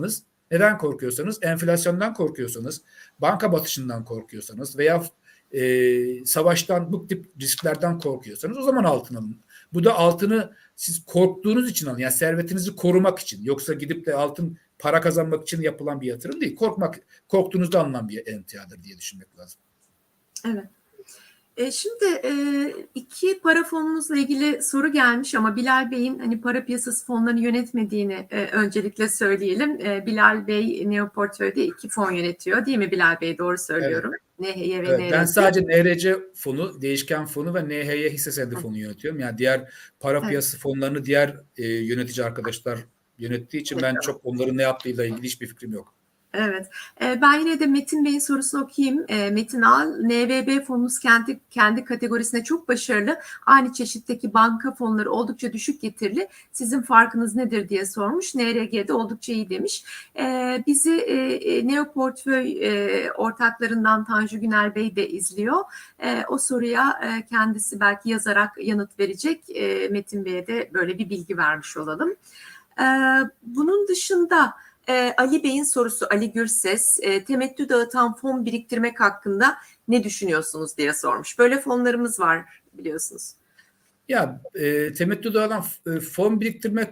Neden korkuyorsanız, enflasyondan korkuyorsanız, banka batışından korkuyorsanız veya e, savaştan, bu tip risklerden korkuyorsanız o zaman altın alın. Bu da altını siz korktuğunuz için alın. Yani servetinizi korumak için. Yoksa gidip de altın para kazanmak için yapılan bir yatırım değil. Korkmak, korktuğunuzda alınan bir emtiadır diye düşünmek lazım. Evet. E, şimdi e, iki para fonunuzla ilgili soru gelmiş ama Bilal Bey'in hani para piyasası fonlarını yönetmediğini e, öncelikle söyleyelim. E, Bilal Bey Neoportföy'de iki fon yönetiyor değil mi Bilal Bey? Doğru söylüyorum. Evet. N H Y ve Evet, N R C. ben sadece N R C fonu, değişken fonu ve N H Y hisse senedi fonu yönetiyorum. Yani diğer para Evet. piyasası fonlarını diğer e, yönetici arkadaşlar yönettiği için ben çok onların ne yaptığıyla ilgili hiçbir fikrim yok. Evet. E, ben yine de Metin Bey'in sorusunu okuyayım. E, Metin Al, N V B fonunuz kendi kendi kategorisinde çok başarılı. Aynı çeşitteki banka fonları oldukça düşük getirili. Sizin farkınız nedir diye sormuş. N R G'de oldukça iyi demiş. E, bizi e, Neoportföy e, ortaklarından Tanju Güner Bey de izliyor. E, o soruya e, kendisi belki yazarak yanıt verecek. E, Metin Bey'e de böyle bir bilgi vermiş olalım. E, bunun dışında Ee, Ali Bey'in sorusu, Ali Gürses, e, temettü dağıtan fon biriktirmek hakkında ne düşünüyorsunuz diye sormuş. Böyle fonlarımız var biliyorsunuz. Ya e, temettü dağıtan e, fon biriktirmek,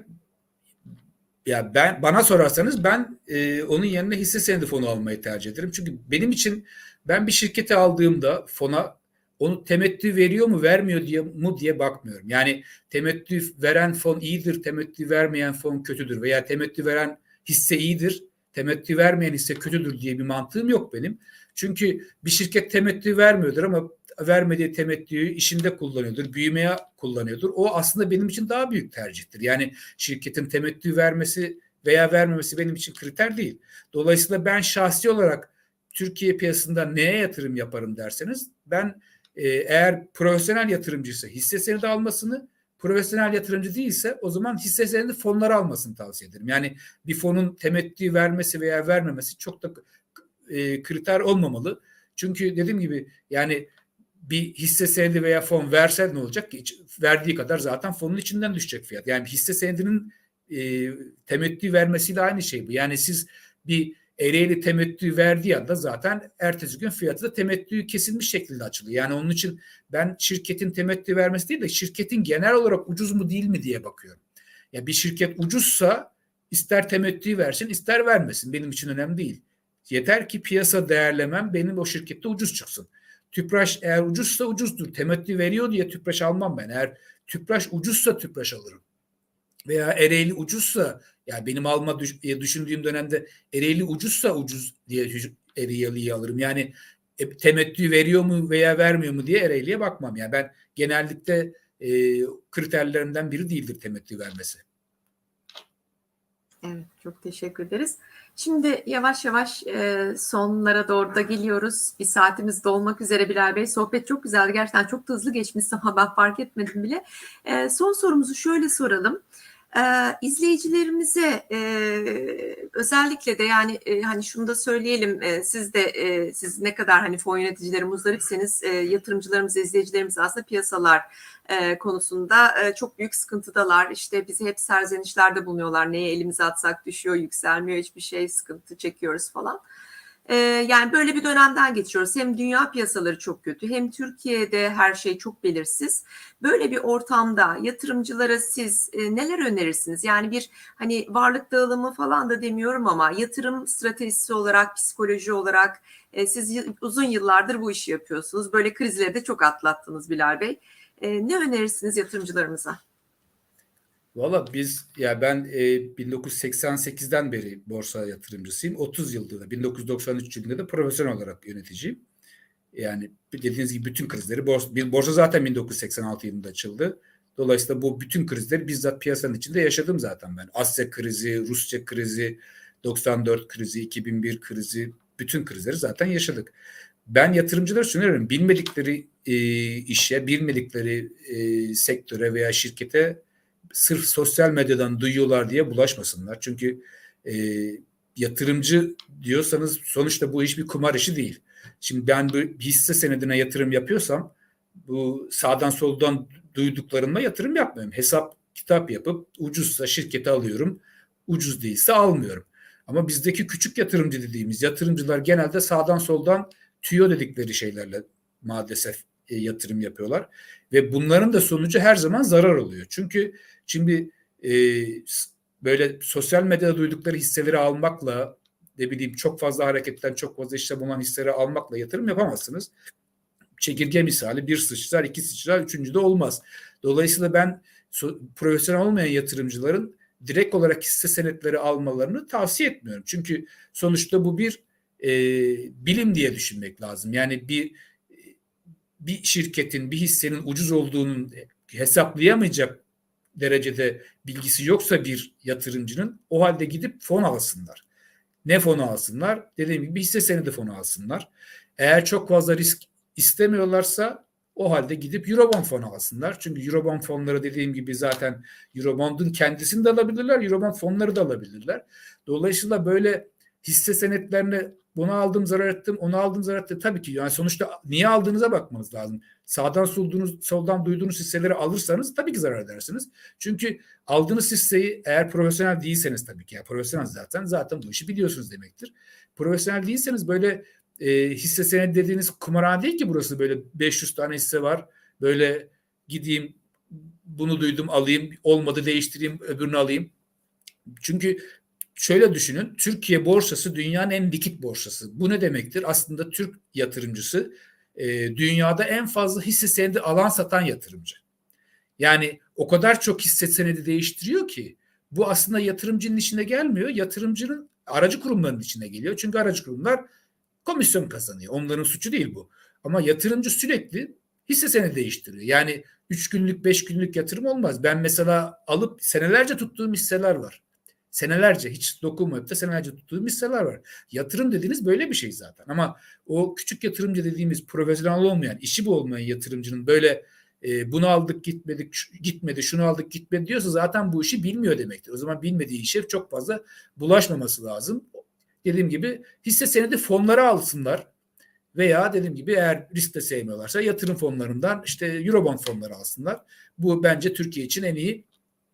ya ben bana sorarsanız ben e, onun yerine hisse senedi fonu almayı tercih ederim. Çünkü benim için ben bir şirkete aldığımda fona onu temettü veriyor mu vermiyor diye mu diye bakmıyorum. Yani temettü veren fon iyidir, temettü vermeyen fon kötüdür veya temettü veren hisse iyidir, temettü vermeyen hisse kötüdür diye bir mantığım yok benim. Çünkü bir şirket temettü vermiyordur ama vermediği temettüyü işinde kullanıyordur, büyümeye kullanıyordur. O aslında benim için daha büyük tercihtir. Yani şirketin temettü vermesi veya vermemesi benim için kriter değil. Dolayısıyla ben şahsi olarak Türkiye piyasasında neye yatırım yaparım derseniz, ben e, eğer profesyonel yatırımcıysa hisse senedi almasını, profesyonel yatırımcı değilse o zaman hisse senedi fonları almasını tavsiye ederim. Yani bir fonun temettü vermesi veya vermemesi çok da e, kriter olmamalı. Çünkü dediğim gibi yani bir hisse senedi veya fon verse ne olacak ki? Verdiği kadar zaten fonun içinden düşecek fiyat. Yani hisse senedinin e, temettü vermesiyle aynı şey bu. Yani siz bir Ereğli temettü verdiği anda zaten ertesi gün fiyatı da temettü kesilmiş şekilde açılıyor. Yani onun için ben şirketin temettü vermesi değil de şirketin genel olarak ucuz mu değil mi diye bakıyorum. Ya bir şirket ucuzsa ister temettü versin ister vermesin. Benim için önemli değil. Yeter ki piyasa değerlemem benim o şirkette ucuz çıksın. Tüpraş eğer ucuzsa ucuzdur. Temettü veriyor diye Tüpraş almam ben. Eğer Tüpraş ucuzsa Tüpraş alırım. Veya Ereğli ucuzsa, yani benim alma düşündüğüm dönemde Ereğli ucuzsa ucuz diye Ereğli'yi alırım. Yani e, temettü veriyor mu veya vermiyor mu diye Ereğli'ye bakmam. Yani ben genellikle e, kriterlerimden biri değildir temettü vermesi. Evet, çok teşekkür ederiz. Şimdi yavaş yavaş e, sonlara doğru da geliyoruz. Bir saatimiz dolmak üzere Bilal Bey. Sohbet çok güzeldi. Gerçekten çok hızlı geçmiş ama ben fark etmedim bile. E, son sorumuzu şöyle soralım. E, izleyicilerimize e, özellikle de yani e, hani şunu da söyleyelim. E, siz de e, siz ne kadar hani fon yöneticileri muzdaripseniz e, yatırımcılarımız, izleyicilerimiz aslında piyasalar E, konusunda e, çok büyük sıkıntıdalar. İşte bizi hep serzenişlerde bulunuyorlar. Neye elimize atsak düşüyor, yükselmiyor hiçbir şey, sıkıntı çekiyoruz falan. E, yani böyle bir dönemden geçiyoruz. Hem dünya piyasaları çok kötü, hem Türkiye'de her şey çok belirsiz. Böyle bir ortamda yatırımcılara siz e, neler önerirsiniz? Yani bir hani varlık dağılımı falan da demiyorum ama yatırım stratejisi olarak, psikoloji olarak e, siz uzun yıllardır bu işi yapıyorsunuz. Böyle krizleri de çok atlattınız Bilal Bey. E, ne önerirsiniz yatırımcılarımıza? Valla biz ya ben e, bin dokuz yüz seksen sekizden beri borsa yatırımcısıyım. otuz yıldır da bin dokuz yüz doksan üç yılında da profesyonel olarak yöneticiyim. Yani dediğiniz gibi bütün krizleri borsa, borsa zaten bin dokuz yüz seksen altı yılında açıldı. Dolayısıyla bu bütün krizleri bizzat piyasanın içinde yaşadım zaten ben. Asya krizi, Rusya krizi, doksan dört krizi, iki bin bir krizi, bütün krizleri zaten yaşadık. Ben yatırımcılara şunu öneririm. Bilmedikleri e, işe, bilmedikleri e, sektöre veya şirkete sırf sosyal medyadan duyuyorlar diye bulaşmasınlar. Çünkü e, yatırımcı diyorsanız sonuçta bu iş bir kumar işi değil. Şimdi ben bu hisse senedine yatırım yapıyorsam bu sağdan soldan duyduklarımla yatırım yapmıyorum. Hesap kitap yapıp ucuzsa şirkete alıyorum, ucuz değilse almıyorum. Ama bizdeki küçük yatırımcı dediğimiz yatırımcılar genelde sağdan soldan tüyo dedikleri şeylerle maalesef e, yatırım yapıyorlar. Ve bunların da sonucu her zaman zarar oluyor. Çünkü şimdi e, böyle sosyal medyada duydukları hisseleri almakla, ne bileyim çok fazla hareketten çok fazla işlem olan hisseleri almakla yatırım yapamazsınız. Çekirge misali bir sıçrar, iki sıçrar, üçüncü de olmaz. Dolayısıyla ben so, profesyonel olmayan yatırımcıların direkt olarak hisse senetleri almalarını tavsiye etmiyorum. Çünkü sonuçta bu bir e, bilim diye düşünmek lazım. Yani bir bir şirketin, bir hissenin ucuz olduğunun hesaplayamayacak derecede bilgisi yoksa bir yatırımcının, o halde gidip fon alsınlar. Ne fonu alsınlar? Dediğim gibi hisse senedi fonu alsınlar. Eğer çok fazla risk istemiyorlarsa o halde gidip Eurobond fonu alsınlar. Çünkü Eurobond fonları dediğim gibi zaten Eurobond'un kendisini de alabilirler, Eurobond fonları da alabilirler. Dolayısıyla böyle hisse senetlerine bunu aldım zarar ettim, onu aldım zarar ettim. Tabii ki yani sonuçta niye aldığınıza bakmanız lazım. Sağdan solduğunuz, soldan duyduğunuz hisseleri alırsanız tabii ki zarar edersiniz. Çünkü aldığınız hisseyi eğer profesyonel değilseniz, tabii ki yani profesyonel zaten zaten bu işi biliyorsunuz demektir. Profesyonel değilseniz böyle e, hisse senedi dediğiniz kumarhane değil ki burası, böyle beş yüz tane hisse var. Böyle gideyim bunu duydum alayım, olmadı değiştireyim öbürünü alayım. Çünkü şöyle düşünün, Türkiye borsası dünyanın en likit borsası. Bu ne demektir? Aslında Türk yatırımcısı e, dünyada en fazla hisse senedi alan satan yatırımcı. Yani o kadar çok hisse senedi değiştiriyor ki bu aslında yatırımcının içine gelmiyor. Yatırımcının aracı kurumların içine geliyor. Çünkü aracı kurumlar komisyon kazanıyor. Onların suçu değil bu. Ama yatırımcı sürekli hisse senedi değiştiriyor. Yani üç günlük beş günlük yatırım olmaz. Ben mesela alıp senelerce tuttuğum hisseler var. Senelerce hiç dokunmayıp da senelerce tuttuğum hisseler var. Yatırım dediğiniz böyle bir şey zaten. Ama o küçük yatırımcı dediğimiz profesyonel olmayan, işi bu olmayan yatırımcının böyle e, bunu aldık gitmedik, gitmedi, şunu aldık gitmedi diyorsa zaten bu işi bilmiyor demektir. O zaman bilmediği işe çok fazla bulaşmaması lazım. Dediğim gibi hisse senedi fonları alsınlar veya dediğim gibi eğer risk de sevmiyorlarsa yatırım fonlarından işte Eurobond fonları alsınlar. Bu bence Türkiye için en iyi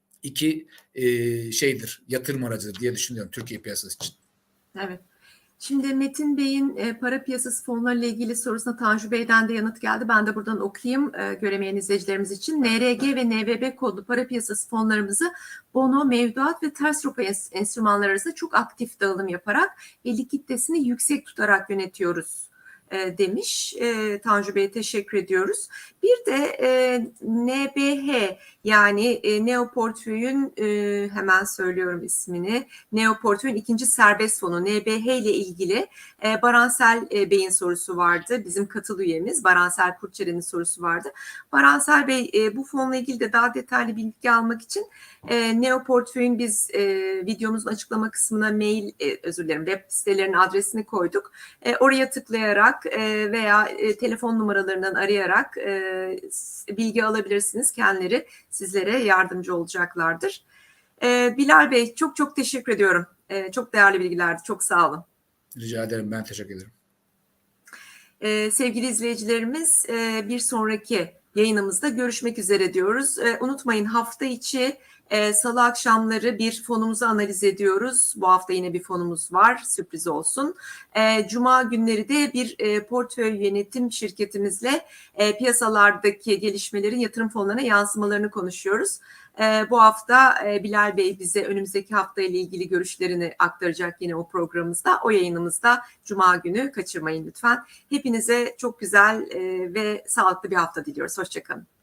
iki e, şeydir, yatırım aracıdır diye düşünüyorum Türkiye piyasası için. Evet. Şimdi Metin Bey'in e, para piyasası fonlarıyla ilgili sorusuna Tanju Bey'den de yanıt geldi. Ben de buradan okuyayım e, göremeyen izleyicilerimiz için. N R G ve N B B kodlu para piyasası fonlarımızı bono, mevduat ve ters repo enstrümanlar arasında çok aktif dağılım yaparak ve likiditesini yüksek tutarak yönetiyoruz demiş. E, Tanju Bey'e teşekkür ediyoruz. Bir de e, N B H yani e, Neo Portföy'ün e, hemen söylüyorum ismini. Neo Portföy'ün ikinci serbest fonu N B H ile ilgili e, Baransel e, Bey'in sorusu vardı. Bizim katıl üyemiz Baransel Kurtçeren'in sorusu vardı. Baransel Bey e, bu fonla ilgili de daha detaylı bilgi almak için e, Neo Portföy'ün biz e, videomuzun açıklama kısmına mail e, özür dilerim web sitelerinin adresini koyduk. E, oraya tıklayarak e, veya e, telefon numaralarından arayarak e, bilgi alabilirsiniz. Kendileri sizlere yardımcı olacaklardır. E, Bilal Bey çok çok teşekkür ediyorum. E, çok değerli bilgilerdi. Çok sağ olun. Rica ederim. Ben teşekkür ederim. E, sevgili izleyicilerimiz e, bir sonraki yayınımızda görüşmek üzere diyoruz. E, unutmayın hafta içi e, salı akşamları bir fonumuzu analiz ediyoruz. Bu hafta yine bir fonumuz var. Sürpriz olsun. E, Cuma günleri de bir e, portföy yönetim şirketimizle e, piyasalardaki gelişmelerin yatırım fonlarına yansımalarını konuşuyoruz. E, bu hafta e, Bilal Bey bize önümüzdeki hafta ile ilgili görüşlerini aktaracak yine o programımızda. O yayınımızda Cuma günü kaçırmayın lütfen. Hepinize çok güzel e, ve sağlıklı bir hafta diliyoruz. Hoşçakalın.